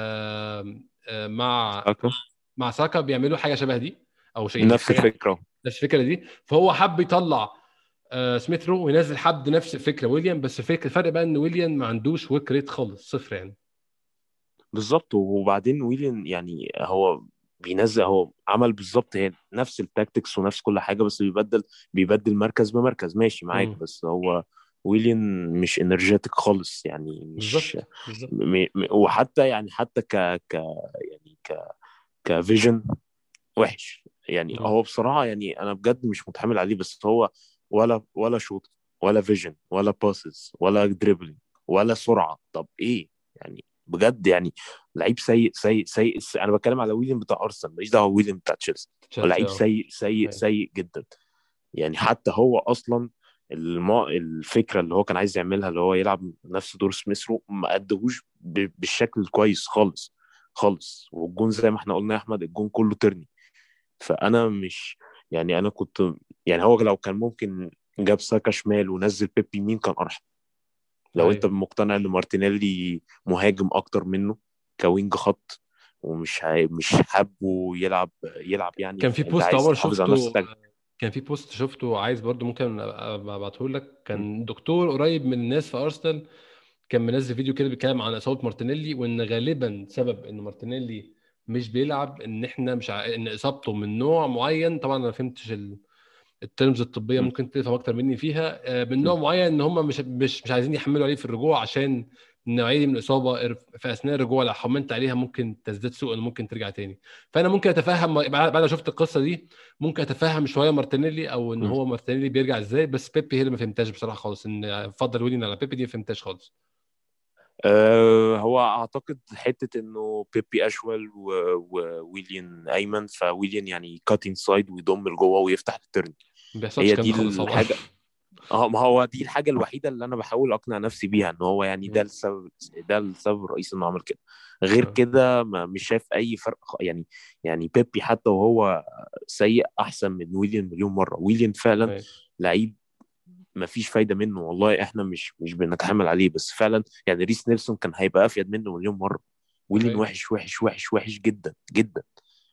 آه آه مع ساكا مع ساكا بيعملوا حاجه شبه دي، او شيء يعني نفس حاجه الفكره. نفس الفكره دي. فهو حب يطلع آه سميث رو وينزل حد نفس الفكره ويليام، بس الفكره الفرق بقى ان ويليام ما عندوش ورك ريت خالص، صفر يعني. بالظبط. وبعدين ويليان يعني هو بينزل، هو عمل بالظبط هي نفس التاكتكس ونفس كل حاجه، بس بيبدل بيبدل مركز بمركز، ماشي معاك. امم بس هو ويليان مش انرجيتك خالص، يعني مش بالظبط بالظبط. م... م... وحتى يعني حتى ك ك يعني ك كفيجن وحش. يعني مم. هو بصراحه، يعني انا بجد مش متحمل عليه. بس هو ولا ولا شوط، ولا فيجن، ولا باسز، ولا دريبلينج، ولا سرعه. طب ايه يعني؟ بجد يعني لعيب سيء سيء سيء. انا بتكلم على ويليام بتاع ارسنال، ماليش دعوه ويليام بتاع تشيلسي. هو تشيلسي لعيب اه. سيء سيء أيوة. سيء جدا. يعني حتى هو اصلا الما الفكره اللي هو كان عايز يعملها، اللي هو يلعب نفس دور سميثرو، ما ادهوش ب- بالشكل الكويس خالص خالص. والجون زي ما احنا قلنا يا احمد، الجون كله ترني. فانا مش يعني انا كنت يعني هو لو كان ممكن جاب ساكا شمال ونزل بيبي يمين كان ارحم. لو انت ايوه مقتنع ان مارتينيلي مهاجم اكتر منه كوينج خط، ومش هي... مش حابه يلعب يلعب يعني، كان في فانت بوست عايز عمر تحافظ على شفته، نفسك. كان في بوست شفته عايز برضو ممكن ابعته لك، م- كان دكتور قريب من الناس في ارسنال كان منزل فيديو كده بيتكلم عن اصابه مارتينيلي، وان غالبا سبب ان مارتينيلي مش بيلعب ان احنا مش ع... ان اصابته من نوع معين. طبعا انا ما فهمتش ال... الترمز الطبيه، م- ممكن تفهم اكتر مني فيها. آه، من م. نوع معين ان هم مش مش مش عايزين يحملوا عليه في الرجوع، عشان النوعيه دي من الاصابه في اثناء الرجوع لو حملت عليها ممكن تزداد سوء، انه ممكن ترجع تاني. فانا ممكن اتفهم بعد بعد ما شفت القصه دي، ممكن اتفهم شويه مارتينيلي، او ان م. هو مارتينيلي بيرجع ازاي. بس بيبي هي اللي ما فهمتهاش بصراحه خالص، ان فضل ويليان على بيبي دي ما فهمتهاش خالص. أه هو اعتقد حته انه بيبي اشول و- وويليان ايمن، فويليان يعني كات انسايد ويضم لجوه ويفتح الترن. ما بيحصلش هي الكلام دي ده خالص طبعا. الحاجه. اه ما هو دي الحاجه الوحيده اللي انا بحاول اقنع نفسي بيها، ان هو يعني ده مم. السبب ده السبب الرئيسي انه عمل كده. غير آه. كده ما مش شايف اي فرق خ- يعني. يعني بيبي حتى وهو سيء احسن من ويليان مليون مره. ويليان فعلا أيوة. لعيب ما فيش فايده منه والله. احنا مش مش بنتحامل عليه، بس فعلا يعني ريس نيلسون كان هيبقى افيد منه مليون مره. ده ويليان حقيقي. وحش وحش وحش وحش جدا جدا.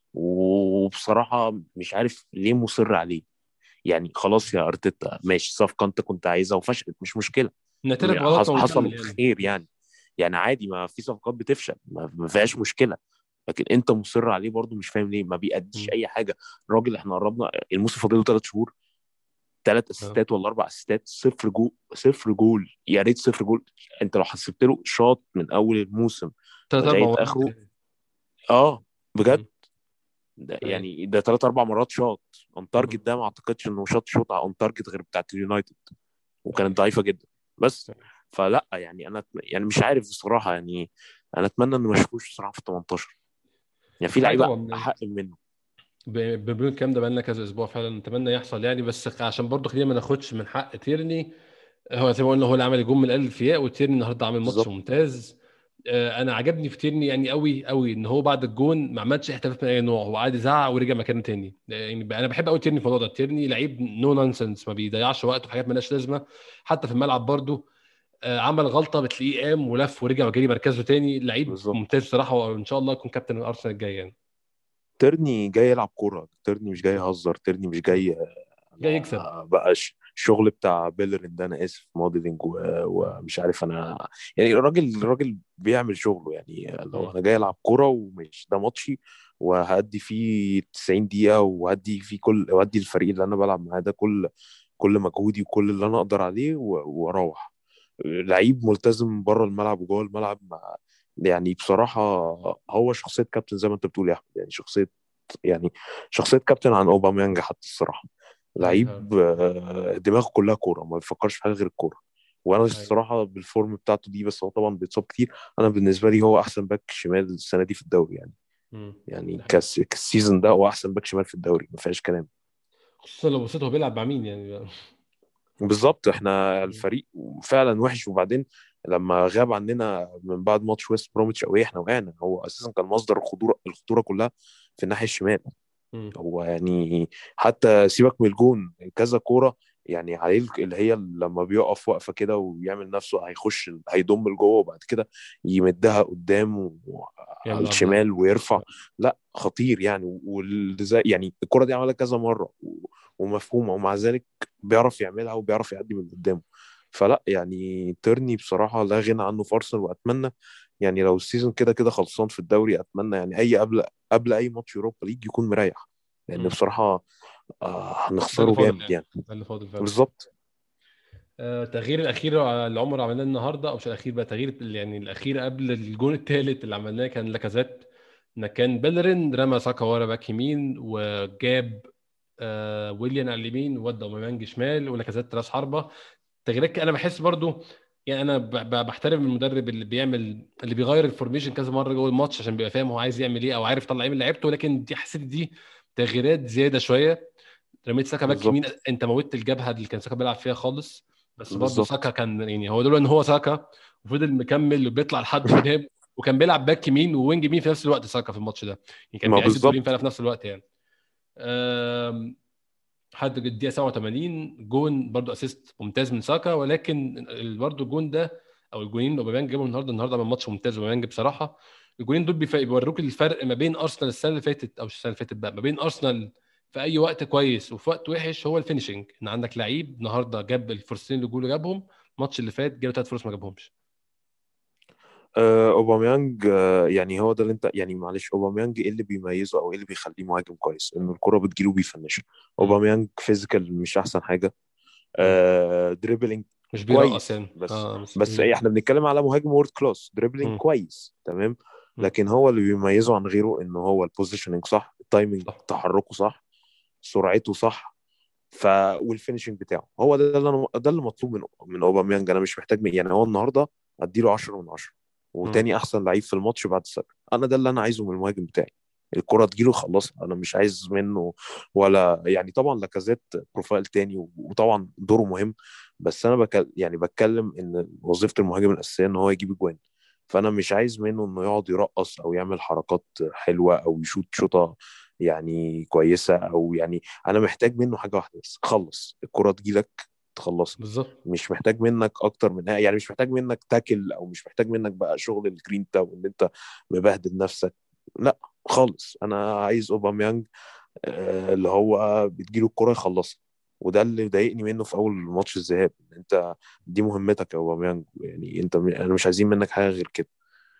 وبصراحه مش عارف ليه مصر عليه. يعني خلاص يا ارتيتا، ماشي، صفقه انت كنت عايزها وفشلت، مش مشكله. نعترف حص- بغلطنا ونكمل حصل يعني. خير يعني. يعني عادي، ما في صفقات بتفشل، ما ما فيهاش مشكله. لكن انت مصر عليه برضو، مش فاهم ليه ما بيأديش مم. اي حاجه. الراجل احنا قربنا الموسم، فاضل له ثلاث شهور، ثلاث آه. اسيستات ولا اربع اسيستات، صفر جول صفر جول، يا ريت صفر جول. انت لو حسبت له شاط من اول الموسم ثلاث اربع لغايه مرات اخره، يعني. اه بجد، مم. ده ايوه. يعني ده ثلاث اربع مرات شاط اون مم. تارجت. ده ما اعتقدش انه شاط شوط اون تارجت غير بتاعت اليونايتد، ايوه. وكانت ضعيفه جدا. بس فلا يعني انا يعني مش عارف بصراحه يعني. انا اتمنى انه ما يشوفوش بصراحه في تمنتاشر. يعني في ده حقيقي لعيبه طبعا. احق منه. ب- بنقول الكلام ده بقالنا كذا اسبوع فعلا، نتمنى يحصل يعني. بس عشان برضه خلينا ما ناخدش من حق تيرني. هو زي ما قلنا هو اللي عمل الجون من الالفياء، وتيرني النهارده عامل ماتش بالظبط. ممتاز. آه، انا عجبني في تيرني يعني قوي قوي ان هو بعد الجون ما عملش احتفال من اي نوع، هو قعد يزعق ورجع مكانه تاني. آه، يعني انا بحب قوي تيرني في الموضوع ده. تيرني لعيب نو نونسنس، ما بيضيعش وقته في حاجات مالهاش لازمه، حتى في الملعب برضه. آه، عمل غلطه بتلاقيه قام ولف ورجع وجري مركزه تاني. لعيب بالظبط. ممتاز بصراحه، وان شاء الله يكون كابتن الارسنال الجاي يعني. ترني جاي يلعب كوره، ترني مش جاي يهزر، ترني مش مم. جاي جاي يكسب. انا بقى ش- الشغل بتاع بيلرين ده، انا اسف، موديلنج و- ومش عارف انا. يعني الراجل الراجل بيعمل شغله، يعني لو مم. انا جاي العب كوره ومش ده ماتشي، وهدي فيه تسعين دقيقة، وهدي فيه كل وهدي الفريق اللي انا بلعب معاه ده كل كل مجهودي وكل اللي انا اقدر عليه و- واروح. لعيب ملتزم بره الملعب وجوه الملعب مع، يعني بصراحة هو شخصية كابتن زي ما انت بتقول يا احمد، يعني شخصية، يعني شخصية كابتن عن اوباميانج حتى الصراحة. ده حقيقة. لعيب آه، دماغه كلها كورة، ما بيفكرش في حاجة غير الكورة. وانا ده حقيقة. الصراحة بالفورم بتاعته دي، بس هو طبعا بيتصاب كتير. انا بالنسبة لي هو احسن باك شمال السنة دي في الدوري يعني. مم. يعني ده حقيقة. كاس كالسيزون ده هو احسن باك شمال في الدوري، ما فيهاش كلام. خصوصا لو بصيت هو بيلعب مع مين يعني. بالظبط، احنا مم. الفريق فعلا وحش. وبعدين لما غاب عننا من بعد ماتش ويست بروميتش قوي احنا وقعنا. هو اساسا كان مصدر الخطوره الخطوره كلها في الناحيه الشمال. مم. هو يعني حتى سيبك من الجون، كذا كوره يعني عليه، اللي هي لما بيقف وقفه كده ويعمل نفسه هيخش هيضم لجوه، وبعد كده يمدها قدام على يعمل عرضية. الشمال ويرفع. لا خطير يعني. والزي يعني الكرة دي عملها كذا مرة و- ومفهومة، ومع ذلك بيعرف يعملها وبيعرف يعدي من قدامه. فلا يعني تيرني بصراحة لا غنى عنه في أرسنال. وأتمنى يعني لو السيزون كده كده خلصان في الدوري، أتمنى يعني أي قبل قبل أي ماتش يوروبا ليج يكون مريح، لأن مم. بصراحة آه ده اللي هنخسره فاضل جامد يعني، يعني. ده اللي فاضل فعلا. بالظبط. آه، التغيير الاخير اللي عمر عملناه النهارده، او مش الاخير بقى، تغيير يعني الاخير قبل الجون الثالث اللي عملناه، كان لاكازيت مكان بيلرين، رمى ساكا ورا باك يمين، وجاب آه ويليان على اليمين، وودى اوباميانج شمال، ولاكازيت راس حربه. تغييرات انا بحس برضو، يعني انا ب- ب- بحترم المدرب اللي بيعمل اللي بيغير الفورميشن كذا مره جوه الماتش عشان بيبقى فاهم هو عايز يعمل ايه، او عارف يطلع ايه من لعيبته. لكن دي حسيت دي تغييرات زياده شويه. رميت ساكا باك يمين، بالظبط. انت موتت الجبهه اللي كان ساكا بيلعب فيها خالص. بس برضه ساكا بالظبط. كان يعني هو دول ان هو ساكا، وفضل مكمل وبيطلع لحد قدام، وكان بيلعب باك يمين ووينج يمين في نفس الوقت ساكا في الماتش ده. يعني كان ما بيأدي الدورين بالظبط. فعلا في نفس الوقت يعني. أم، لحد الدقيقه سبعة وثمانين جون برضه اسيست ممتاز من ساكا. ولكن ال- برضه الجون ده، او الجونين اللي اوباميانج جابهم النهارده النهارده من ماتش ممتاز اوباميانج بصراحه. الجونين دول بيف- بيوروك الفرق ما بين ارسنال السنه اللي فاتت، او مش السنه اللي فاتت بقى، ما بين ارسنال في اي وقت كويس وفي وقت وحش. هو الفينشنج، ان عندك لعيب النهارده جاب الفرصتين اللي جوله جابهم، الماتش اللي فات جاله ثلاث فرص ما جابهمش. آه، اوباميانج آه، يعني هو ده اللي انت يعني معلش، اوباميانج ايه اللي بيميزه او ايه اللي بيخليه مهاجم كويس؟ انه الكرة بتجيله بيفنشها. مم. اوباميانج فيزيكال مش احسن حاجة. مم. آه دريبلينج مش بيرقص كويس، يعني، بس اه بس مش بس ايه، بي... احنا بنتكلم على مهاجم وورد كلاس. دريبلينج مم. كويس تمام. مم. لكن هو اللي بيميزه عن غيره انه هو البوزيشننج صح، التايمنج صح. تحركه صح، سرعته صح. ف والفينشنج بتاعه هو ده اللي انا ده اللي مطلوب من من اوباميانج. انا مش محتاج من... يعني هو النهارده اديله عشرة من عشرة، مم. وتاني احسن لعيب في الماتش بعد ساكا. انا ده اللي انا عايزه من المهاجم بتاعي. الكرة تجيله خلاص، انا مش عايز منه ولا يعني. طبعا لاكازيت بروفايل تاني، و- وطبعا دوره مهم. بس انا بك... يعني بتكلم ان وظيفة المهاجم الاساسية ان هو يجيب اجوان. فانا مش عايز منه انه يقعد يرقص او يعمل حركات حلوة او يشوط شوطة يعني كويسة، او يعني انا محتاج منه حاجه واحده بس: خلص الكره تجيلك تخلصها. بالظبط. مش محتاج منك اكتر من يعني مش محتاج منك تاكل، او مش محتاج منك بقى شغل الجرين تاو ان انت مبهدل نفسك. لا خالص، انا عايز اوباميانج آه، اللي هو بتجيله الكره يخلصها. وده اللي ضايقني منه في اول ماتش الذهاب، ان انت دي مهمتك يا اوباميانج. يعني انت انا مش عايزين منك حاجه غير كده.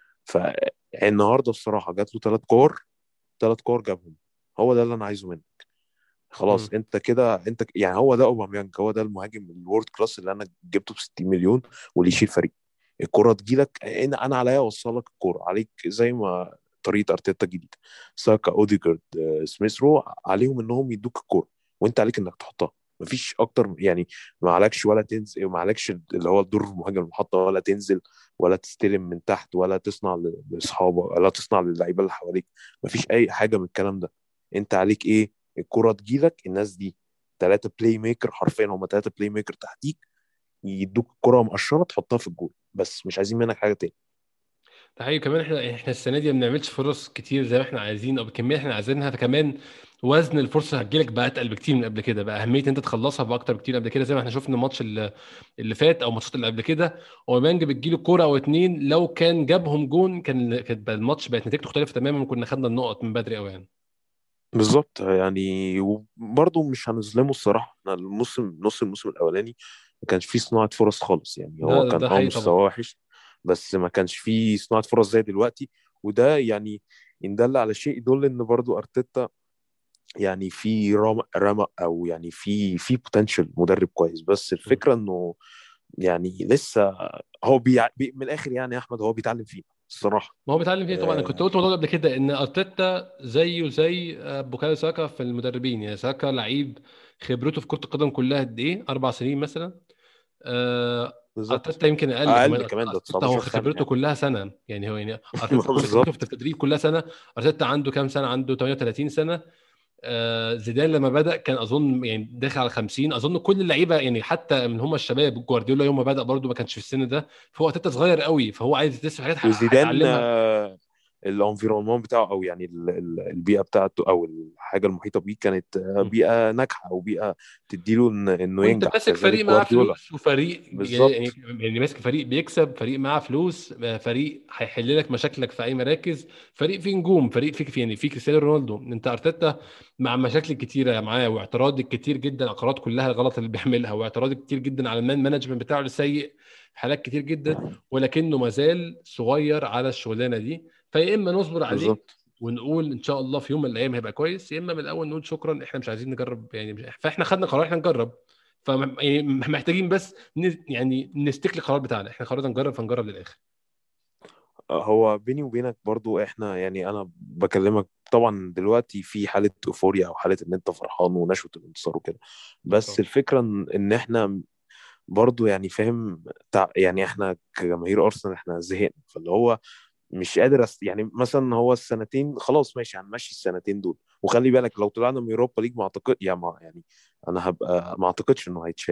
فالنهارده الصراحه جات له ثلاث كور، ثلاث كور جابهم. هو ده اللي انا عايزه منه. خلاص مم. انت كده، انت ك- يعني هو ده اوباميانج، هو ده المهاجم الورد كلاس اللي انا جبته ب ستين مليون واللي يشيل فريق. الكرة تجيلك، انا انا عليا اوصلك الكرة عليك زي ما طريقة ارتيتا الجديدة. ساكا، اوديجارد، آه، سميث رو عليهم انهم يدوك الكرة، وانت عليك انك تحطها. مفيش اكتر يعني. ما عليكش ولا تنزل، ما عليكش اللي هو الدور المهاجم المحطة، ولا تنزل ولا تستلم من تحت، ولا تصنع ل- لاصحابك، ولا تصنع للعيبه اللي حواليك. مفيش اي حاجه من الكلام ده. انت عليك ايه؟ الكرة تجيلك، الناس دي ثلاثة بلاي ميكر حرفيا، هم ثلاثة بلاي ميكر تحتيك، يدوك الكرة مقشرة تحطها في الجول، بس مش عايزين منك حاجة تاني. ده حقيقي. كمان احنا احنا السنه دي ما بنعملش فرص كتير زي ما احنا عايزين، او بالكميه اللي احنا عايزينها. فكمان وزن الفرصه هتجيلك بقى اتقل بكتير من قبل كده، بقى اهميه ان انت تخلصها بقى اكتر بكتير قبل كده. زي ما احنا شفنا الماتش اللي, اللي فات، او الماتشات اللي قبل كده، اوباميانج بتجيله كوره او اتنين، لو كان جابهم جون كان كانت بقى الماتش بقت نتيجته مختلفه تماما، وكنا خدنا النقط من بدري قوي يعني. بالظبط يعني. وبرضه مش هنظلمه الصراحة، احنا الموسم نص الموسم الأولاني ما كانش فيه صناعة فرص خالص. يعني ده هو ده, كان ده اه حقيقي طبعا. مستواه وحش، بس ما كانش فيه صناعة فرص زي دلوقتي. وده يعني ان دل على شيء يدل ان برضو ارتيتا يعني في رم رمى او يعني في في بوتنشال مدرب كويس. بس مم. الفكره انه يعني لسه هو بي... بي... من الاخر يعني يا احمد هو بيتعلم فيه الصراحه. ما هو بيتعلم فيه طبعا. انا كنت آه قلت الموضوع ده قبل كده، ان ارتيتا زيه زي آه، بوكايو ساكا في المدربين. يعني ساكا لعيب خبرته في كرة القدم كلها قد ايه؟ اربع سنين مثلا. آه، بالظبط. ارتيتا يمكن اقل اقل كمان. كمان ده ارتيتا هو تسعتاشر سنه خبرته يعني. كلها سنه. يعني هو يعني ارتيتا كل خبرته في بالظبط. التدريب كلها سنه. ارتيتا عنده كام سنه؟ عنده ثمانية وثلاثين سنه. آه، زيدان لما بدأ كان اظن يعني داخل على خمسين. اظن كل اللعيبه يعني حتى من هم الشباب، جوارديولا يوم ما بدأ برضه ما كانش في السن ده. فهو ارتيتا صغير قوي، فهو عايز لسه حاجات ح- وزيدان هيتعلمها. آه الانفيرونمون بتاعه او يعني ال- ال- البيئه بتاعته او الحاجه المحيطه بيه كانت آه، بيئه ناجحه او بيئه تديله إن- انه وانت ينجح ماسك كذلك فريق معاه جوارديولا. فلوس، وفريق يعني بالظبط. يعني ماسك فريق بيكسب، فريق معاه فلوس، آه، فريق هيحل لك مشاكلك في اي مراكز، فريق فيه نجوم، فريق فيك فيه يعني فيه كريستيانو رونالدو. انت ارتيتا مع المشاكل الكتيره معاه، واعتراض الكتير جدا على القرارات كلها الغلط اللي بيعملها، واعتراض كتير جدا على المان مانجمنت بتاعه السيء في حالات كتير جدا، ولكنه مازال صغير على الشغلانه دي. فيا اما نصبر عليه بالظبط. ونقول ان شاء الله في يوم من الايام هيبقى كويس، يا اما من الاول نقول شكرا احنا مش عايزين نجرب يعني مش... فاحنا خدنا قرار احنا نجرب. فمحتاجين بس ن... يعني نستيك القرار بتاعنا، احنا قررنا نجرب فنجرب للاخر. هو بيني وبينك برضو احنا يعني انا بكلمك طبعا دلوقتي في حالة ايفوريا او حالة ان انت فرحان ونشوة الانتصار وكده. اه بس طبعا. الفكرة ان إن احنا برضو يعني فاهم تع- يعني احنا كجماهير ارسنال احنا زهقنا. فاللي هو مش قادر أست... يعني مثلا هو السنتين خلاص ماشي هنمشي السنتين دول. وخلي بالك لو طلعنا من اوروبا ليج ما اعتقد يعني ما يعني انا هبقى ما اعتقدش انه هيتشال.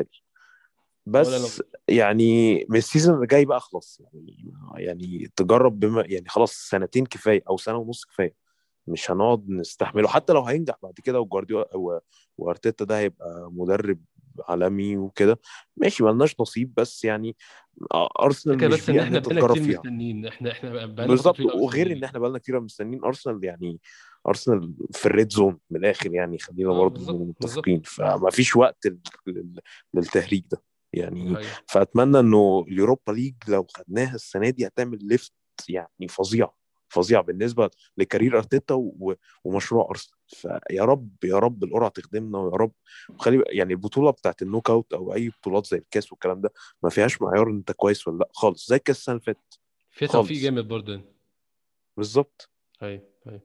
ولا انا. بس يعني من السيزون اللي جاي بقى خلاص يعني يعني تجرب بما يعني خلاص سنتين كفايه او سنه ونص كفايه. مش هنقعد نستحمله حتى لو هينجح بعد كده وجوارديولا و- وارتيتا ده هيبقى مدرب عالمي وكده. ماشي ملناش نصيب بس يعني ارسنال فكرة مش بس ان بيئه ان احنا انت بقالنا تجرب كتير فيها. مستنيين. احنا احنا بقالنا فترة بالظبط. طويلة قوي وغير ان مستنيين. احنا بقالنا كتير مستنيين ارسنال يعني ارسنال في الريد زون من الاخر يعني خلينا اه برضو بالظبط متفقين. بالظبط. فما فيش وقت لل- لل- للتهريج ده دي يعني. حقيقة. فاتمنى انه اليوروبا ليج لو خدناها السنه دي هتعمل ليفت يعني فظيع فظيع بالنسبه لكارير ارتيتا و- ومشروع ارسنال. فيا رب يا رب القرعه تخدمنا ويا رب. وخلي يعني البطوله بتاعت النوك اوت او اي بطولات زي الكاس والكلام ده ما فيهاش معيار انت كويس ولا لا خالص زي الكاس السنه اللي فاتت فيها توفيق خالص. جامد برضه. بالظبط. هاي هاي.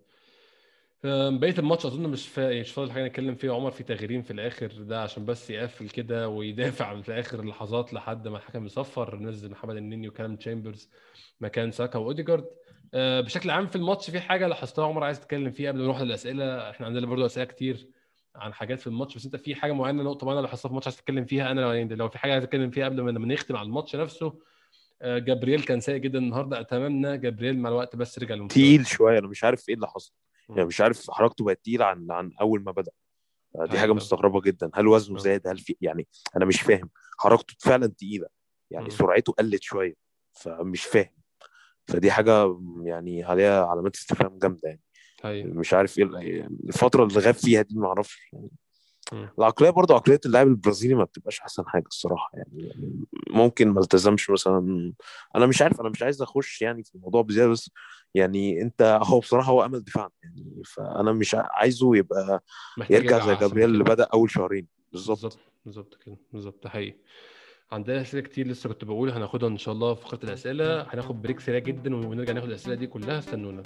أم، بقية الماتش أظن مش فا... مش فاضل حاجة نتكلم فيها. عمر في تغييرين في الآخر ده عشان بس يقفل كده ويدافع في آخر اللحظات لحد ما الحكم يصفر، نزل محمد النني وكلام تشامبرز مكان ساكا وأوديجارد. أه، بشكل عام في الماتش في حاجة لاحظتها عمر عايز تتكلم فيها قبل ما نروح للأسئلة؟ احنا عندنا برضو أسئلة كتير عن حاجات في الماتش، بس أنت في حاجة معينة، نقطة معينة لاحظتها في الماتش عايز تتكلم فيها؟ أنا لو يعني لو في حاجة عايز أتكلم فيها قبل ما ما نختم على الماتش نفسه. أه، جابرييل كان سيء جدا النهاردة. أتمنى جابرييل مع الوقت بس رجع لمستواه. تقيل شويه انا مش عارف ايه اللي حصل. يعني مم. مش عارف حركته بقت تقيله عن عن اول ما بدأ. دي حاجه حقيقي. مستغربه جدا. هل وزنه اه. زاد هل في يعني انا مش فاهم. حركته فعلا تقيله يعني مم. سرعته قلت شويه فمش فاهم. فدي حاجه يعني عليها علامات استفهام جامده يعني. حقيقي. مش عارف ايه يعني الفتره اللي غاب فيها دي ما اعرفش يعني. مم. العقليه برضو عقليه اللاعب البرازيلي ما بتبقاش احسن حاجه الصراحه يعني, يعني ممكن ما التزمش مثلا. انا مش عارف انا مش عايز اخش يعني في الموضوع بزياده بس يعني انت هو بصراحه هو امل دفاعنا يعني. فانا مش عايزه يبقى محتاج يرجع يرجع زي احسن من جابرييل اللي كده. بدأ اول شهرين بالظبط. بالظبط بالظبط كده بالظبط. ده حقيقي. عندنا اسئله كتير لسه كنت بقول هناخدها ان شاء الله في فقره الاسئله. هناخد بريك سريع جدا ونرجع ناخد الاسئله دي كلها. استنونا.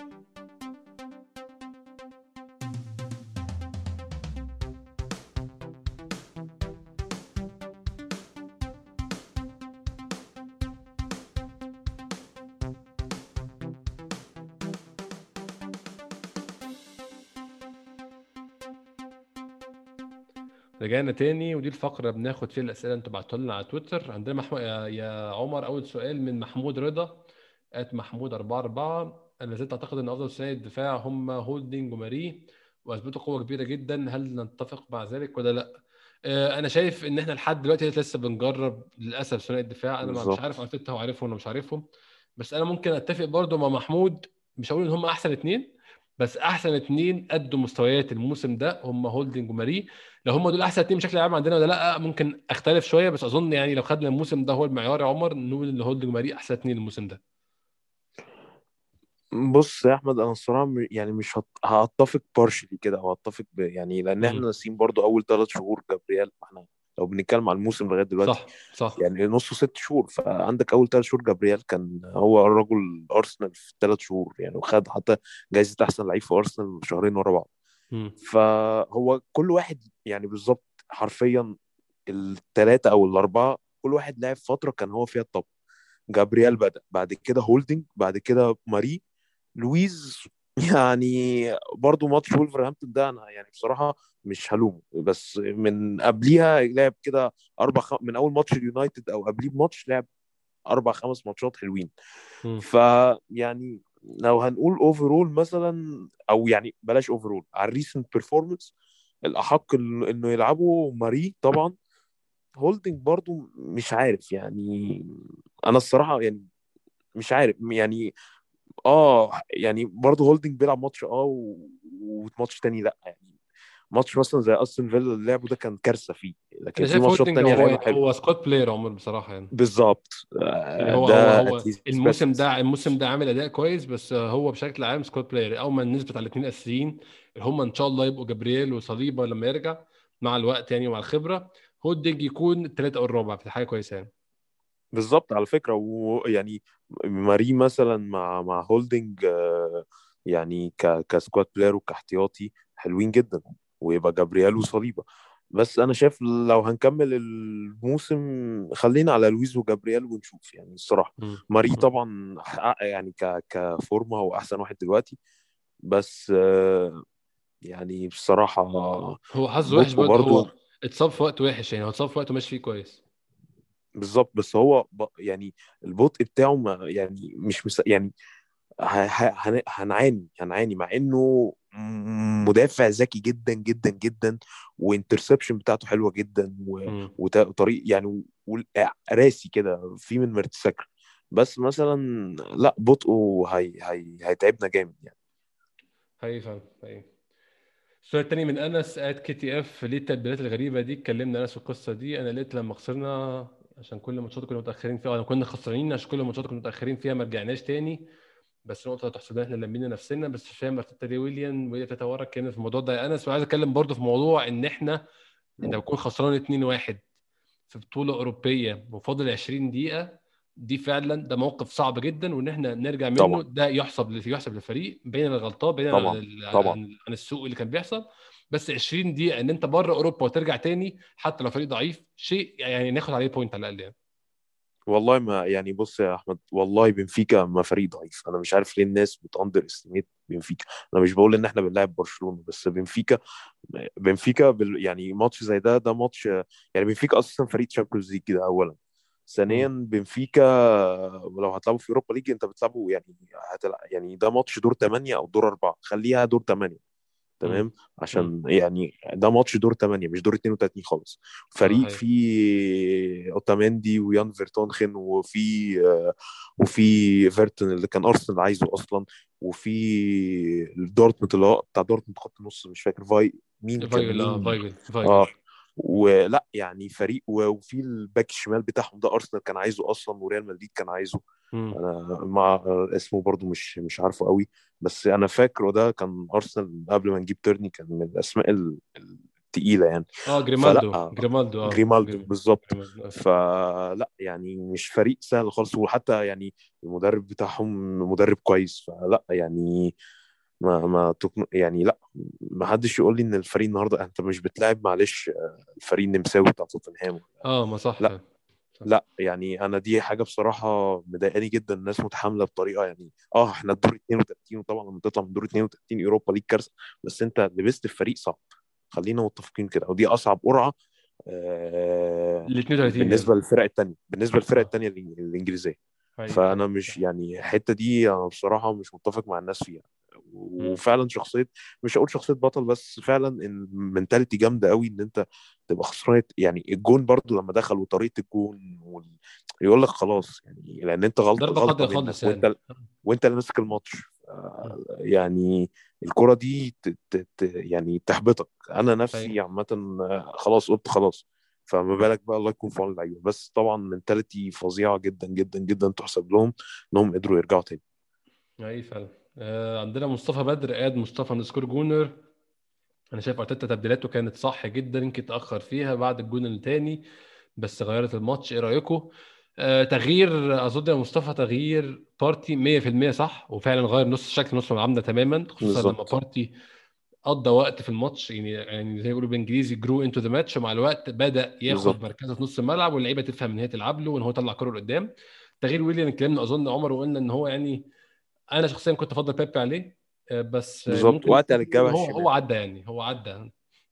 رجعنا تاني، ودي الفقره بناخد فيها الاسئله انتوا بعتوا لنا على تويتر. عندنا محمود يا, يا عمر، اول سؤال من محمود رضا ات محمود أربعة أربعة. انا زلت اعتقد ان افضل ثنائي الدفاع هم هولدنج وماري، واثبتوا قوه كبيره جدا. هل نتفق مع ذلك ولا لا؟ آه، انا شايف ان احنا لحد دلوقتي لسه بنجرب للاسف ثنائي الدفاع. انا ما- مش عارف بالظبط. ارتيتا هو عارفهم ولا مش عارفهم. بس انا ممكن اتفق برضو مع محمود. مش هقول ان هم احسن اتنين، بس احسن اتنين قدوا مستويات الموسم ده هم هولدنج وماري. لو هم دول احسن اتنين بشكل عام عندنا ولا لا ممكن اختلف شويه، بس اظن يعني لو خدنا الموسم ده هو المعيار يا عمر نقول ان هولدنج وماري احسن اتنين الموسم ده. بص يا احمد، انا الصراحه م- يعني مش هت- هتفق بارشلي كده، او هتفق ب... يعني لان احنا امم. ناسيين برضو اول ثلاث شهور جابرييل. احنا لو بنتكلم على الموسم لغايه دلوقتي صح صح. يعني نصه ست شهور، فعندك اول ثلاث شهور جابرييل كان هو رجل ارسنال في ثلاث شهور، يعني وخد حتى جائزه احسن لعيب في ارسنال شهرين ورا بعض. امم. فهو كل واحد يعني بالظبط حرفيا الثلاثه او الاربعه، كل واحد لعب فتره كان هو فيها الطب. جابرييل بدأ، بعد كده هولدنج، بعد كده ماري، لويز. يعني برضو ماتش وولفرهامبتون ده انا يعني بصراحه مش هلومه، بس من قبليها لعب كده اربع خم... من اول ماتش اليونايتد او قبليه بماتش لعب اربع خمس ماتشات حلوين. امم. فيعني لو هنقول اوفرول مثلا، او يعني بلاش اوفرول، على الريسنت بيرفورمانس الاحق ال- انه يلعبوا ماري طبعا. هولدنج برضو مش عارف يعني، انا الصراحه يعني مش عارف يعني. اه يعني برضه هولدنج بيلعب ماتش اه و... وماتش تاني لا يعني. ماتش مثلا زي استون فيلا اللي لعبه ده كان كارثه فيه، لكن انا في شايف ماتشات هولدنج تانية هو لعبها يعني حلو. هو سكواد بلاير عمر بصراحه يعني. بالظبط. يعني آه، هو هو ده هو اتليست الموسم بس. ده الموسم ده عامل اداء كويس، بس هو بشكل عام سكواد بلاير. اول ما نثبت على الاثنين الاساسيين اللي هم ان شاء الله يبقوا جبريل وصليبا لما يرجع مع الوقت يعني ومع الخبره، هولدنج يكون الثالث او الرابع في حاجه كويسه يعني. بالظبط على فكره، ويعني ماري مثلا مع مع هولدنج آه، يعني ك كسكواد بلاير وكاحتياطي حلوين جدا، ويبقى جابرييل وصليبا. بس انا شايف لو هنكمل الموسم خلينا على لويز وجابرييل ونشوف يعني الصراحه. مم. ماري مم. طبعا حقق يعني ك كفورمه هو احسن واحد دلوقتي، بس آه، يعني بصراحه هو حظه وحش بطء برضه، برضو. هو اتصاب في وقت وحش يعني، هو اتصاب في وقت ماشي فيه كويس. بالظبط، بس هو ب... يعني البطء بتاعه ما يعني مش مس... يعني ه- ه- هن- هنعاني هنعاني مع انه م- مدافع ذكي جدا جدا جدا، وانترسبشن بتاعته حلوه جدا و- مم. وت- وطريق يعني و- راسي كده في من مرتسكر. بس مثلا لا، بطئه هي هي هيتعبنا جامد يعني. حقيقي فعلا حقيقي. السؤال التاني من انس ات كي تي اف: ليه التبديلات الغريبه دي؟ اتكلمنا انس في القصه دي. انا لقيت لما خسرنا عشان كل الماتشات كنا متاخرين فيها، انا كنا خسرانين عشان كل الماتشات كنا متاخرين فيها ما رجعناش تاني. بس نقطه تحسب لنا، احنا لمينا نفسنا. بس مش فاهم ارتيتا ليه ويليام وهي تتورط كان في الموضوع ده يا انس. وعايز اتكلم برضه في موضوع ان احنا، انت بتكون خسران اتنين واحد في بطوله اوروبيه وفاضل عشرين دقيقه. دي فعلا ده موقف صعب جدا، وان احنا نرجع منه طبعا ده يحسب يحسب للفريق بين الغلطات، بعيدا عن طبعا ال- طبعا. عن عن السوء اللي كان بيحصل. بس عشرين دقيقه ان انت بره اوروبا وترجع تاني حتى لو فريق ضعيف، شيء يعني ناخد عليه بوينت على الاقل يعني. والله ما يعني، بص يا احمد، والله بنفيكا ما فريق ضعيف. انا مش عارف ليه الناس بتاندر استيميت بنفيكا. انا مش بقول ان احنا بنلعب برشلونة، بس بنفيكا بنفيكا بال... يعني ماتش زي ده ده ماتش. يعني بنفيكا اساسا فريق تشامبيونز ليج كده اولا. ثانيا مم. بنفيكا لو هتلعبوا في اوروبا ليج انت بتلعبوا يعني هتلعب يعني ده ماتش دور ثمانية او دور أربعة، خليها دور ثمانية. مم. تمام، مم. عشان يعني ده ماتش دور ثمانية مش دور اثنين وثلاثين خالص. اه فريق هي. فيه اوتاميندي ويان فيرتونخن، وفي آه، وفي فيرتون اللي كان ارسنال عايزه اصلا، وفي دورتموند اللي هو بتاع دورتموند خط نص مش فاكر فاي مين كان فايجل اه مين. فايجل فايجل. اه ولا يعني فريق و- وفي الباك الشمال بتاعهم ده ارسنال كان عايزه اصلا وريال مدريد كان عايزه. مم. انا مع اسمه برضو مش مش عارفه قوي، بس انا فاكره ده كان ارسنال قبل ما نجيب تيرني، كان من الاسماء ال- التقيله يعني. اه فلا، جريمالدو جريمالدو اه جريمالدو جريمالدو. بالظبط. جريمالدو آه. فلا يعني مش فريق سهل خالص، وحتى يعني المدرب بتاعهم مدرب كويس، فلا يعني ما ما تقن... يعني لا، ما حدش يقول لي ان الفريق النهارده انت مش بتلاعب معلش آه، الفريق النمساوي بتاع توتنهام. اه ما صح لا فعلا. صح. لا يعني انا دي حاجه بصراحه مضايقاني جدا. الناس متحامله بطريقه يعني اه احنا الدور اثنين وثلاثين، وطبعا لما تطلع من دور اثنين وثلاثين اوروبا ليج كارثه، بس انت لبست في فريق صعب. خلينا متفقين كده، ودي اصعب قرعه آه ال اثنين وثلاثين يعني. بالنسبه للفرق التانيه، بالنسبه للفرق اه التانيه الإنج- الانجليزيه. حقيقي فعلا. فانا مش يعني الحته دي انا بصراحه مش متفق مع الناس فيها. مم. وفعلا شخصيه، مش هقول شخصيه بطل، بس فعلا المنتاليتي جامده قوي ان انت تبقى خسران. يعني الجون برضو لما دخل وطريقه الجون وال... يقول لك خلاص يعني، لان انت غلط ضربة غلطه قاضية منك، خالص يعني. وانت وانت اللي ماسك الماتش. مم. آه، يعني الكرة دي ت... ت... ت... يعني تحبطك. انا حقيقي. نفسي عامه آه، خلاص قلت خلاص. فما بالك بقى، الله يكون في عون اللعيبه. بس طبعا منتاليتي فظيعه جدا جدا جدا تحسب لهم انهم قدروا يرجعوا تاني. حقيقي فعلا. آه، عندنا مصطفى بدر قاد مصطفى نسكور جونر. انا شايف ارتيتا تبديلاته كانت صح جدا، يمكن تاخر فيها بعد الجون الثاني بس غيرت الماتش. ايه رايكم؟ آه تغيير اظن يا مصطفى تغيير بارتي مية في المية صح، وفعلا غير نص شكل نص ملعبنا تماما، خصوصا لما بالظبط. بارتي قضى وقت في الماتش، يعني يعني زي ما بيقولوا بالانجليزي جرو انتو ذا ماتش، ومع الوقت بدا ياخد بالظبط. مركزه في نص الملعب واللعيبه تفهم ان هي تلعب له وان هو يطلع كره لقدام. تغيير ويليام اتكلمنا اظن عمر وقلنا ان هو يعني انا شخصيا كنت افضل بيبي عليه. آه، بس آه، بالظبط، ممكن وقت على نقول الجبهة هو هو الشمال. عدى، يعني هو عدى.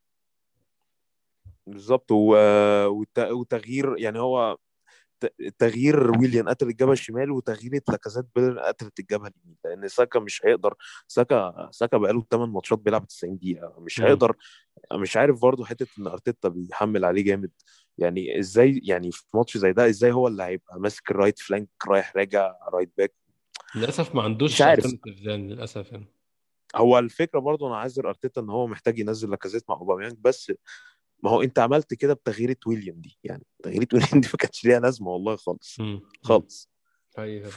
بالظبط و... وت... وتغيير يعني هو ت- تغيير ويليان قتل الجبهه الشمال، وتغيير لاكازيت بيلن قتلت الجبهه اليمين، لان ساكا مش هيقدر. ساكا ساكا بقاله ثمانية ماتشات بيلعب تسعين دقيقه، مش امم هيقدر. مش عارف برضه حته ان ارتيتا بيحمل عليه جامد. يعني ازاي يعني في ماتش زي ده ازاي هو اللي هيبقى ماسك الرايت فلانك رايح راجع رايت باك؟ للاسف ما مش عندوش عارف. الترناتيف يعني للاسف يعني. هو الفكره برضه انا عايز ارتيتا ان هو محتاج ينزل لاكازيت مع اوباميانج بس. ما هو انت عملت كده بتغيير ويليام دي، يعني تغيير ويليام دي ما كانش ليها لازمه والله خالص. امم امم خالص. حقيقي. ف...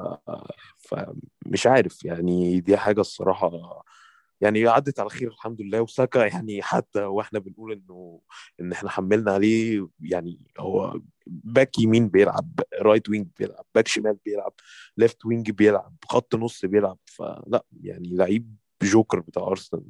فمش عارف يعني دي حاجة الصراحة. يعني عدت على خير الحمد لله. وساكا يعني حتى واحنا بنقول انه ان احنا حملنا عليه، يعني هو باك يمين بيلعب، رايت وينج بيلعب، باك شمال بيلعب، ليفت وينج بيلعب، خط نص بيلعب، فلا يعني لعيب جوكر بتاع ارسنال.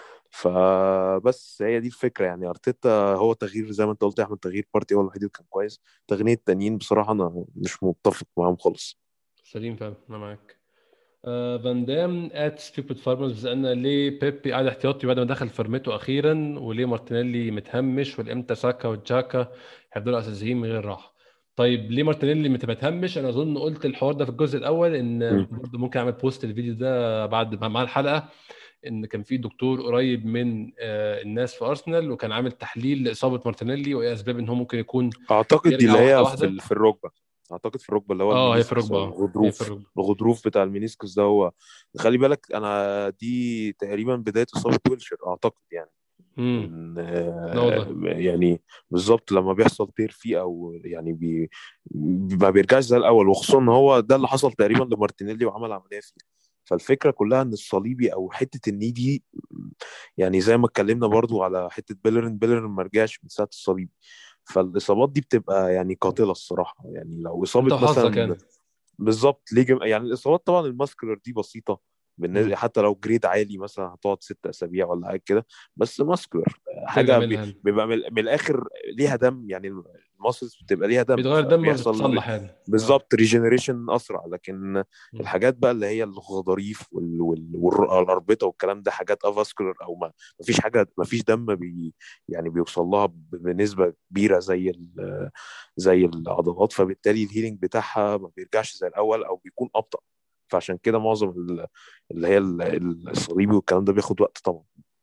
فبس هي دي الفكره يعني ارتيتا هو تغيير زي ما انت قلت يا احمد، تغيير بارتي هو الوحيد اللي كان كويس. تغيير التانيين بصراحه انا مش متفق معاهم خالص. سليم فعلا انا معاك. آه فان دام ات ستوبid فارمرز بيسالنا ليه بيبي قاعد احتياطي بعد ما دخل فورمته اخيرا، وليه مارتينيلي متهمش، والامتى ساكا وجاكا هيفضلوا اساسيين من غير راحه. طيب ليه مارتينيلي مت- متهمش؟ انا اظن قلت الحوار ده في الجزء الاول، ان مم. برضه ممكن اعمل بوست الفيديو ده بعد مع الحلقه، ان كان في دكتور قريب من آه، الناس في ارسنال وكان عامل تحليل لاصابه مارتينيلي وايه اسباب ان هو ممكن يكون اعتقد دي يرجع اللي واحده هي في واحده. ال- في الركبه. اعتقد في الركبه اللي هو اه هي في المينيسكس الركبه، او اه هي في الغضروف. الركبه. الغضروف بتاع المينيسكس ده هو. خلي بالك انا دي تقريبا بدايه اصابه ويلشر اعتقد يعني. امم ان لا والله. آه، يعني بالظبط لما بيحصل تير فيه او يعني بي ما بيرجعش زي الاول، وخصوصا ان هو ده اللي حصل تقريبا لمارتينيلي وعمل عمليه فيه. فالفكره كلها ان الصليبي او حته الني دي، يعني زي ما اتكلمنا برضو على حته بيلرين بيلرين ما رجعش من ساعه الصليبي. فالاصابات دي بتبقى يعني قاتله الصراحه، يعني لو انت اصابه وحظك مثلا. يعني. بالظبط ليه جم... يعني الاصابات طبعا الماسكولار دي بسيطه بالنسبه، امم حتى لو جريد عالي مثلا هتقعد ست اسابيع ولا حاجه كده. بس ماسكولار ترجع حاجه بي... منها يعني. بيبقى من... من الاخر ليها دم، يعني الماسلز بتبقى ليها دم بيتغير دم فبيحصل. بتتصلح يعني اه. بالظبط ريجنريشن اسرع. لكن مم. الحاجات بقى اللي هي الغضاريف وال... وال... والاربطه والكلام ده حاجات افاسكولار او ما مفيش حاجه، مفيش دم بي... يعني بيوصل لها ب- بنسبه كبيره زي ال... زي العضلات، فبالتالي الهيلينج بتاعها ما بيرجعش زي الاول او بيكون ابطأ. فعشان كده معظم ال- اللي هي ال- الصليبي والكلام ده بياخد وقت طبعا.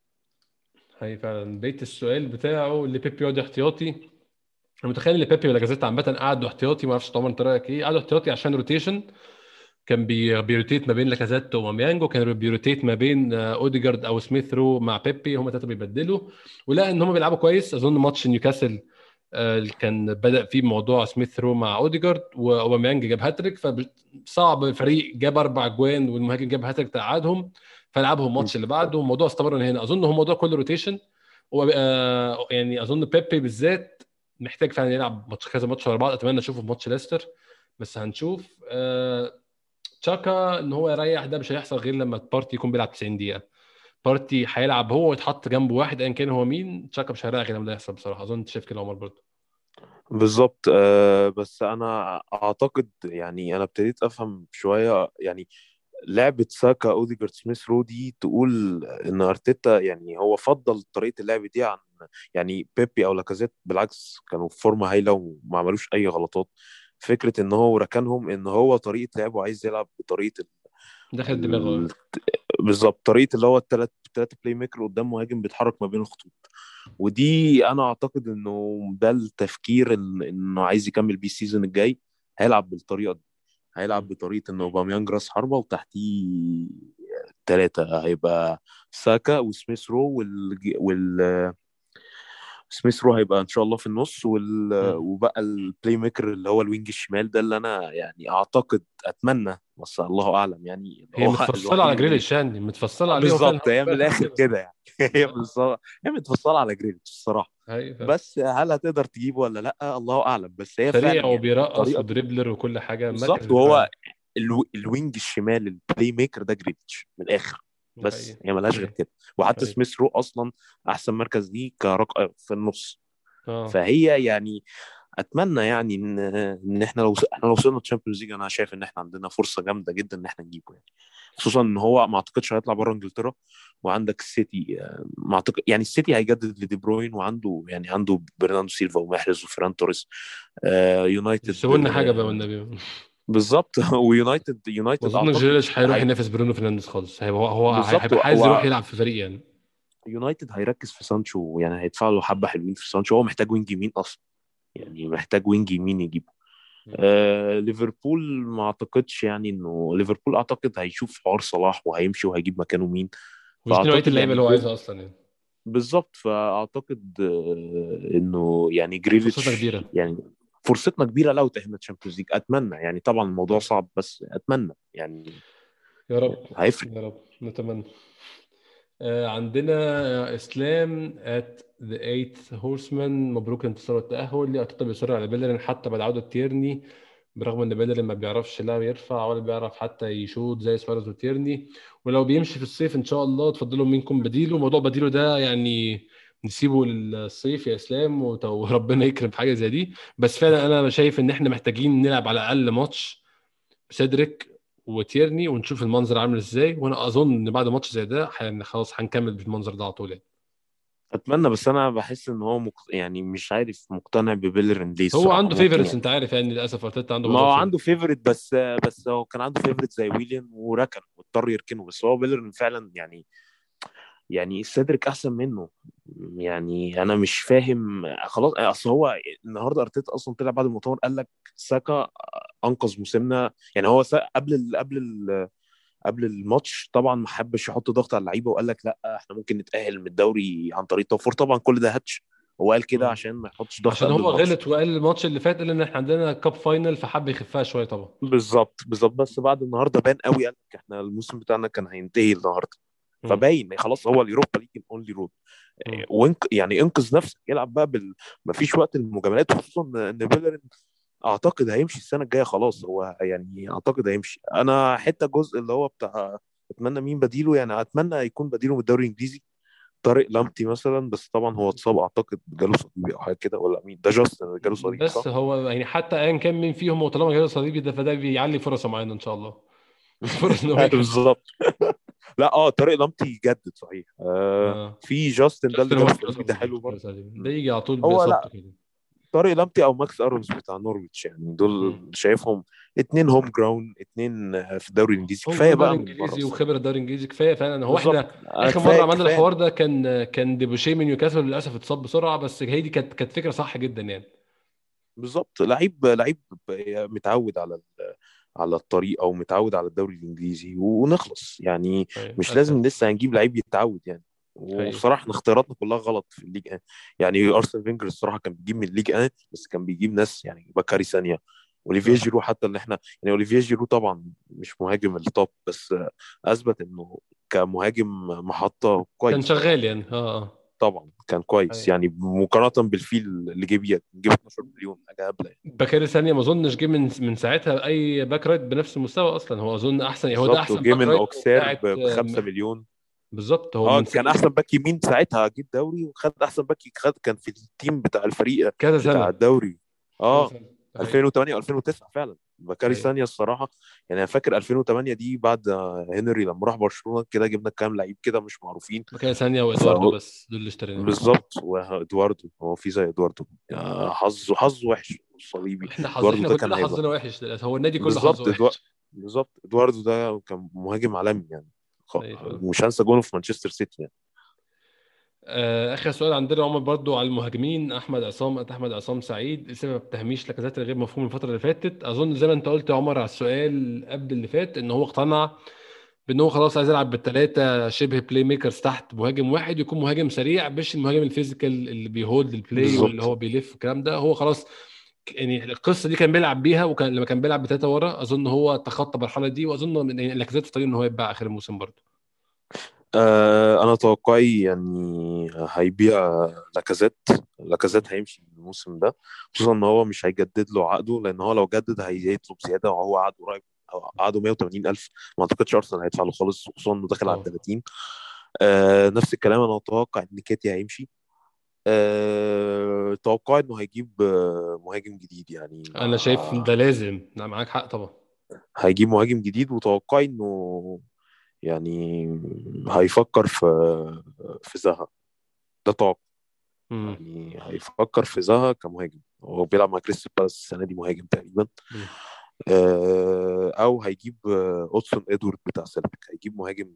هي فعلا بيت السؤال بتاعه اللي بيبي يقعد احتياطي. انا متخيل ان بيبي ولا جازيتا عامه قعدوا احتياطي، ما اعرفش طبعا انت رايك ايه، قعدوا احتياطي عشان روتيشن. كان بي بيروتيت ما بين لاكازيت وماميانج، وكان بيروتيت ما بين آه، اوديجارد او سميث رو مع بيبي، هم ثلاثه بيبدلوا. ولقى ان هم بيلعبوا كويس. اظن ماتش نيوكاسل آه، كان بدأ فيه موضوع سميث رو مع اوديجارد، واوباميانج جاب هاتريك، فصعب الفريق جاب اربع جوان والمهاجم جاب هاتريك تقعدهم، فلعبهم م. الماتش اللي بعده والموضوع استمر من هنا. اظن هو موضوع كله روتيشن. هو آه، يعني اظن بيبي بالذات محتاج فعلا يلعب ماتش كذا ماتش ورا بعض. اتمنى اشوفه في ماتش ليستر، بس هنشوف. آه، تشاكا ان هو يريح ده مش هيحصل غير لما بارتي يكون بيلعب تسعين دقيقه. بارتي هيلعب هو ويتحط جنبه واحد ايا كان هو مين، تشاكا مش هيريح غير لما ده يحصل بصراحه. اظن انت شايف كده يا عمر برضه. بالظبط أه بس انا اعتقد يعني انا ابتديت افهم شويه يعني لعبه ساكا اوديجارد سميث رو دي تقول ان ارتيتا يعني هو فضل طريقه اللعب دي عن يعني بيبي او لاكازيت. بالعكس كانوا في فورمه هايله وما عملوش اي غلطات. فكره ان هو ركنهم ان هو طريقه لعبه عايز يلعب بطريقه داخل دماغه ال... اه. بالظبط طريقه اللي هو الثلاث ثلاثه بلاي ميكر قدام مهاجم بيتحرك ما بين الخطوط. ودي انا اعتقد انه ده التفكير ال- انه عايز يكمل بيه السيزون الجاي. هيلعب بالطريقه دي. هيلعب مم. بطريقه انه اوباميانج راس حربه وتحتيه ثلاثه هيبقى ساكا وسميث رو وال... وال... سميث رو هيبقى ان شاء الله في النص، وال... مم. وبقى البلاي ميكر اللي هو الوينج الشمال ده اللي انا يعني اعتقد اتمنى، بس الله اعلم يعني، اللي هي هو متفصله الوحيد على اللي جريليتش، يعني متفصله آه، عليه، هو فعلا بالظبط، هو هي من بقى الاخر كده. كده يعني. هي اه بالظبط، هي متفصله على جريليتش الصراحه. هي فعلا. بس هل هتقدر تجيبه ولا لا، الله اعلم، بس هي سريع فعلا يعني وبيرقص الطريقه دي. ودريبلر وكل حاجه، المركز بالظبط، بتاعه. وهو الو... الوينج الشمال البلاي ميكر ده جريليتش من الاخر، دي بس حقيقة. هي ملهاش غير ايوه. كده. وحتى ايوه. سميث رو اصلا احسن مركز ليه كرق في النص. اه فهي يعني اتمنى يعني ان ان احنا لو احنا لو وصلنا تشامبيونز ليج، انا شايف ان احنا عندنا فرصه جامده جدا ان احنا نجيبه يعني. خصوصا ان هو ما اعتقدش هيطلع بره انجلترا. وعندك السيتي، آه، ما اعتقد يعني السيتي هيجدد لدي بروين، وعنده يعني عنده برناردو سيلفا ومحرز وفيران توريس. آه يونايتد، سيبوا لنا حاجه بقى آه والنبي. بالظبط. ويونايتد ما يونايتد اظنش اعتقد جريليتش هيروح هي ينافس برونو فرنانديز خالص، هيبقى هو هو بالظبط. هيبقى عايز يروح هو يلعب في فريق يعني. يونايتد هيركز في سانشو، يعني هيدفع له حبه حلوين في سانشو، هو محتاج وينج يمين اصلا، يعني محتاج وينج يمين يجيبه. مم. آه ليفربول ما اعتقدش يعني انه ليفربول اعتقد هيشوف حوار صلاح وهيمشي وهيجيب مكانه مين. مش دي نوعيه فاعتقد اللعيبه يعني اللي هو جريل عايزها اصلا يعني. بالظبط. فاعتقد آه انه يعني فرصتنا جريليتش كبيره. يعني فرصتنا كبيره لو تأهلنا تشامبيونز ليج، اتمنى يعني، طبعا الموضوع طيب. صعب بس اتمنى يعني. يا رب. هيفرق. يا رب نتمنى. آه عندنا اسلام at the eighth horseman، مبروك انتصار التأهل. ليه اعتقد بيصر على بيلرين حتى بعد عودة تيرني، برغم ان بيلرين ما بيعرفش لا يرفع ولا بيعرف حتى يشوط زي سواريز وتيرني. ولو بيمشي في الصيف ان شاء الله تفضلوا مين يكون بديله. موضوع بديله ده يعني نسيبه للصيف يا اسلام، وت- وربنا يكرم في حاجه زي دي. بس فعلا انا شايف ان احنا محتاجين نلعب على الاقل ماتش بسيدريك وتيرني ونشوف المنظر عامل ازاي. وانا اظن ان بعد ماتش زي ده يعني خلاص هنكمل بالمنظر ده على طول يعني. اتمنى، بس انا بحس ان هو مق... يعني مش عارف مقتنع ببيلرين ليه هو الصراحه، عنده ممكن فيفورتس يعني. انت عارف يعني، للاسف ارتيتا عنده ما موضوع هو فيفورت. عنده فيفورت، بس بس هو كان عنده فيفورت زي ويليام وركن واضطر يركنه، بس هو بيلرين فعلا يعني، يعني سيدريك احسن منه. يعني انا مش فاهم خلاص، اصل هو النهارده ارتيتا اصلا طلع بعد المؤتمر قال لك ساكا انقذ موسمنا يعني. هو سا... قبل ال... قبل ال... قبل الماتش طبعا ما حبش يحط ضغط على اللعيبه، وقال لك لا احنا ممكن نتاهل من الدوري عن طريق توفر، طبعا كل ده هاتش. هو قال كده مم. عشان ما يحطش ضغط عشان قبل هو الماتش. غلط وقال الماتش اللي فات قال ان احنا عندنا كاب فاينل فحب يخفها شويه طبعا. بالظبط بالظبط، بس بعد النهارده بان قوي، قال لك احنا الموسم بتاعنا كان هينتهي النهارده. مم. فباين خلاص هو اليوروبا ليج اونلي رود. مم. وانك يعني انقذ نفسك، العب بقى بال مفيش وقت للمجاملات، خصوصا ان بيلرين اعتقد هيمشي السنه الجايه خلاص. هو يعني اعتقد هيمشي. انا حته جزء اللي هو بتاع اتمنى مين بديله، يعني اتمنى يكون بديله من الدوري الانجليزي طارق لامتي مثلا، بس طبعا هو اتصاب اعتقد جاله صليبي او حاجه كده، ولا مين ده؟ جاستن اللي جاله صليبي صح؟ بس هو يعني حتى ايا كان مين فيهم، هو طالما جاله صليبي ده فده بيعلي فرصه معينه ان شاء الله. فرص انه ايوه يلحق. بالظبط. لا اه طارق لامتي جدد صحيح. آه اه في جاستن ده اللي جاستن جاله هويلاندر صليبي ده قصدي، حلو جاله برضه. صليبي. ده م. يجي على طول هو باصابته لا، كده. طارق لامتي او ماكس ارونز بتاع نورويتش، يعني مم. دول شايفهم اتنين هوم جراوند، اتنين في الدوري الانجليزي، هوم كفايه جراوند دوري بقى من بره انجليزي الصراحه. وخبره دوري انجليزي كفايه فعلا. هو بالظبط، احنا آه، اخر مره كفايه عملنا كفايه. الحوار ده كان كان ديبوشي من نيوكاسل للاسف اتصاب بسرعه، بس هي دي كانت كانت فكره صح جدا يعني. بالظبط، لعيب لعيب متعود على ال- على الطريقه، ومتعود على الدوري الانجليزي، ونخلص يعني. أيوة، مش لازم اسهل. لسه هنجيب لعيب يتعود يعني. ايوه. وبصراحه احنا اختياراتنا كلها غلط في الليج ان. يعني ارسنال فينجر الصراحه كان بيجيب من الليج ان، بس كان بيجيب ناس يعني بكاري ثانيه، اوليفيه اه جيرو حتى اللي احنا يعني. اوليفيه جيرو طبعا مش مهاجم التوب، بس اثبت انه كمهاجم محطه كان كويس طبعا. شغال يعني اه اه. طبعا كان كويس ايوه. يعني، مقارنه بالفيل اللي جه بيه جه اتناشر مليون، حاجه هبله يعني. باكاري ثانيه ما اظنش جه من من ساعتها اي باك رايت بنفس المستوى اصلا. هو اظن احسن يعني، هو ده بالظبط، احسن وجه باك من رايت من اوكسير ساعه ب خمسة آم، مليون. بالظبط هو اه من كان ساعه احسن باك يمين ساعتها جه الدوري، وخد احسن باك، خد كان في التيم بتاع الفريق كذا بتاع سنه. الدوري. كذا اه سنه ده حقيقي. ألفين وتمانية و2009 فعلا بكاري ايوه. ثانيه الصراحه. يعني انا فاكر ألفين وتمانية دي بعد هنري لما راح برشلونه كده، جبنا كام لعيب كده مش معروفين. باكاري ثانيه ف وادواردو بس دول اللي اشتريناهم. بالظبط، وادواردو هو في زي ادواردو، آه، حظه حظه وحش صليبي. احنا حظ ادواردو احنا ده كان كلنا هيبقى حظنا وحش للاسف، هو النادي كله حظه بالظبط إدوا... وحش. بالظبط ادواردو ده كان مهاجم عالمي يعني. خ- ايوه. مش هنسى جونه في مانشستر سيتي يعني. آه، اخر سؤال عندنا عمر برضو على المهاجمين. احمد عصام احمد عصام سعيد، سبب تهميش لاكازيت غير مفهوم الفتره اللي فاتت. اظن زي ما انت قلت يا عمر على السؤال قبل اللي فات ان هو اقتنع بان هو خلاص عايز يلعب بالثلاثه شبه بلاي ميكرز تحت مهاجم واحد، يكون مهاجم سريع مش المهاجم الفيزيكال اللي بيهولد البلاي واللي بالظبط. هو بيلف الكلام ده. هو خلاص يعني القصه دي كان بيلعب بيها، وكان لما كان بيلعب بثلاثه ورا اظن هو تخطى المرحله دي، واظن يعني لاكازيت في طريق ان هو يتباع اخر الموسم برضه. آه انا توقعي يعني هيبيع لاكازيت. لاكازيت هيمشي الموسم ده، خصوصا ان هو مش هيجدد له عقده، لان هو لو جدد هيطلب زياده، وهو عقده قريب، أو عقده مية وتمانين الف. ما اعتقدش ارسنال هيدفع له خالص، خصوصا انه داخل على طبعا. تلاتين. آه نفس الكلام، انا اتوقع ان كيتي هيمشي. آه توقعي انه هيجيب آه مهاجم جديد يعني انا شايف إن مع ده لازم، لا معاك حق طبعا. هيجيب مهاجم جديد. وتوقعي انه يعني هيفكر في في زها. ده توقع. امم. يعني هيفكر في زها كمهاجم، هو بيلعب مع كريستال بالاس السنه دي مهاجم تقريبا. امم. آه، او هيجيب آه، اوتسون ادوارد بتاع سيلتيك، هيجيب مهاجم.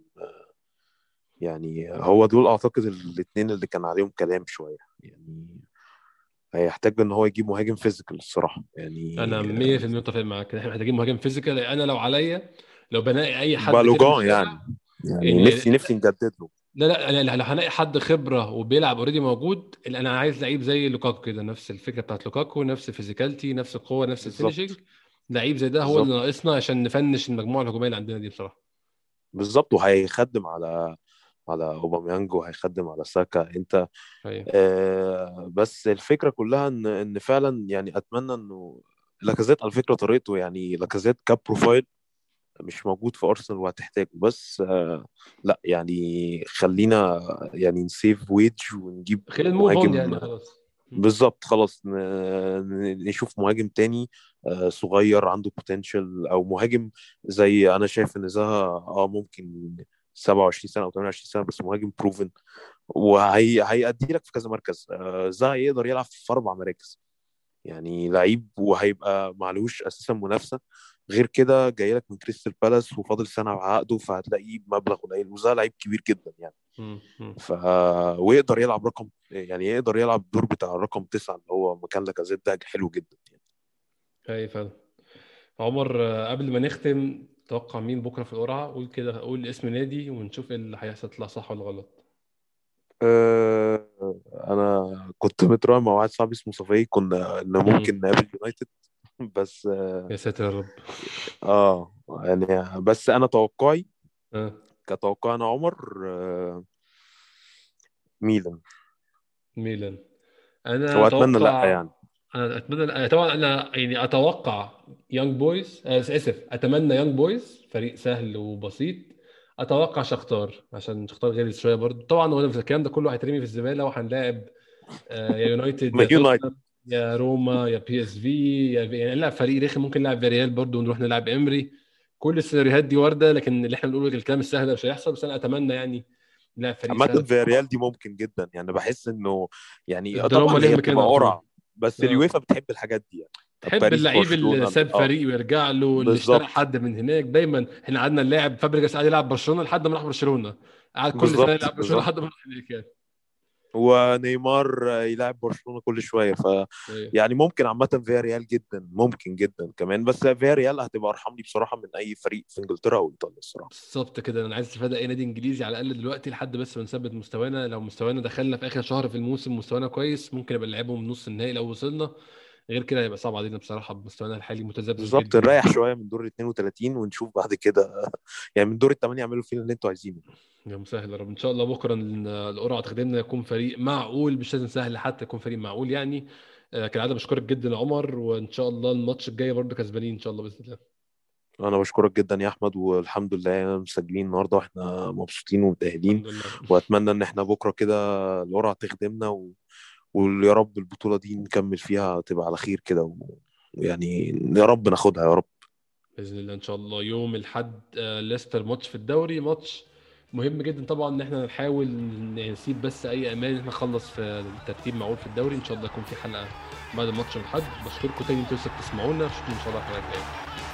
يعني هو دول اعتقد الاثنين اللي كان عليهم كلام شويه يعني. هيحتاج ان هو يجيب مهاجم فيزيكال الصراحه يعني. انا مية في المية متفق معاك، احنا محتاجين مهاجم فيزيكال. انا لو عليا، لو بنلاقي اي حد تاني في بالوجان الشارع، يعني. يعني يعني نفسي نفسي نجدد له. لا لا، انا لو هلاقي حد خبره وبيلعب اوريدي موجود، اللي انا عايز لعيب زي لوكاكو كده، نفس الفكره بتاعت لوكاكو، نفس الفيزيكاليتي، نفس القوه، نفس بالظبط. الفينشنج. لعيب زي ده هو اللي بالظبط. ناقصنا عشان نفنش المجموعه الهجوميه اللي عندنا دي بصراحه. بالظبط. وهيخدم على على اوباميانج، وهيخدم على ساكا. انت ايوه. آه بس الفكره كلها ان ان فعلا يعني اتمنى انه لاكازيت، على فكره طريقته يعني لاكازيت كبروفايل مش موجود في ارسنال وهتحتاجه. بس آه لا يعني خلينا يعني نسيف ويج ونجيب خلينا موف اون مهاجم. يعني خلاص. م. بالظبط. خلاص ن- ن- نشوف مهاجم تاني آه، صغير عنده بوتنشال، او مهاجم زي انا شايف ان زها اه ممكن سبعة وعشرين سنه او تمنية وعشرين سنه، بس مهاجم بروفن. وهي هيأدي لك في كذا مركز. آه، زها يقدر يلعب في اربع مراكز يعني لعيب، وهيبقى معلوش اساسا منافسه. غير كده جاي لك من كريستال بالاس وفاضل سنه على عقده، فهتلاقيه بمبلغ قليل، وزها لعيب كبير جدا يعني. م. م. ف ويقدر يلعب رقم، يعني يقدر يلعب الدور بتاع الرقم تسعة اللي هو مكان لاكازيت. ده حلو جدا يعني. اي فعلا. عمر، آه، قبل ما نختم، توقع مين بكره في القرعه؟ قول كده، قول اسم نادي ونشوف ايه اللي هيحصل، يطلع صح ولا غلط. أه... انا كنت متراهن مع واحد صاحبي اسمه صفي، كنا ان م. ممكن نقابل يونايتد. بس يا ساتر يا رب. اه يعني بس انا توقعي، اه. كتوقع انا عمر آه، ميلان. ميلان. انا واتمنى لا اتوقع، يعني. انا اتمنى أنا طبعا انا يعني اتوقع يانج بويز، اسف، اتمنى يانج بويز، فريق سهل وبسيط. اتوقع شختار، عشان شختار غير شويه برضه طبعا، وانا في الكلام ده كله هيترمي في الزباله، وهنلاعب آه، يا يونايتد ما يا يونايتد. توتنهام يا روما يا بي اس في، يا يعني نلعب فريق رخم، ممكن نلعب فيريال برضه ونروح نلعب امري. كل السيناريوهات دي وارده، لكن اللي احنا بنقوله الكلام السهل ده مش هيحصل، بس انا اتمنى يعني نلعب فريق عامة سهل. في ريال دي ممكن جدا يعني. بحس انه يعني الدراما طبعا ليها هي مكان بتبقى على طول. قرعة، بس اه. اليويفا بتحب الحاجات دي يعني. تحب باريس اللعيب اللي برشلونة ساب اه فريق ويرجع له، اللي اشترى بالظبط. حد من هناك. دايما احنا قعدنا نلاعب فابريجاس، قاعد يلعب برشلونه لحد ما راح برشلونه، قعد كل سنه بالظبط. يلعب برشلونه بالظبط. لحد ما راح هناك يعني. ونيمار يلعب برشلونة كل شوية. ف ايوه. يعني ممكن عامة فيا ريال جدا، ممكن جدا كمان. بس فيا ريال هتبقى ارحم لي بصراحة من اي فريق في انجلترا او ايطاليا الصراحة. بالظبط كده، انا عايز استفاد اي نادي انجليزي على الاقل دلوقتي، لحد بس ما نثبت مستوانا. لو مستوانا دخلنا في اخر شهر في الموسم مستوانا كويس، ممكن يبقى نلعبهم نص النهائي لو وصلنا. غير كده هيبقى صعب علينا بصراحه، بمستوانا الحالي متذبذب بالظبط. جدا يعني. نريح شوية من دور ال اتنين وتلاتين ونشوف بعد كده. يعني من دور الثمانية اعملوا فينا اللي انتوا عايزينه. يا مسهل يا رب، ان شاء الله بكره ال- القرعه تخدمنا، يكون فريق معقول، مش لازم سهل، حتى يكون فريق معقول يعني. آه، كالعاده بشكرك جدا يا عمر، وان شاء الله الماتش الجاي برضه كسبانين ان شاء الله باذن الله. انا بشكرك جدا يا احمد، والحمد لله مسجلين النهارده واحنا مبسوطين ومتاهلين. الحمد لله. واتمنى ان احنا بكره كده القرعه تخدمنا و... ويا رب البطوله دي نكمل فيها تبقى على خير كده و... ويعني يا رب ناخدها يا رب. باذن الله ان شاء الله يوم الاحد، آه، ليستر ماتش في الدوري، ماتش مهم جدا طبعا، ان احنا نحاول ن- نسيب بس اي امان ان احنا نخلص في الترتيب معقول في الدوري. ان شاء الله يكون في حلقه بعد الماتش من الحد. بشكركم تاني انتوا لسه بتسمعونا، اشوفكم ان شاء الله في الحلقه الجايه.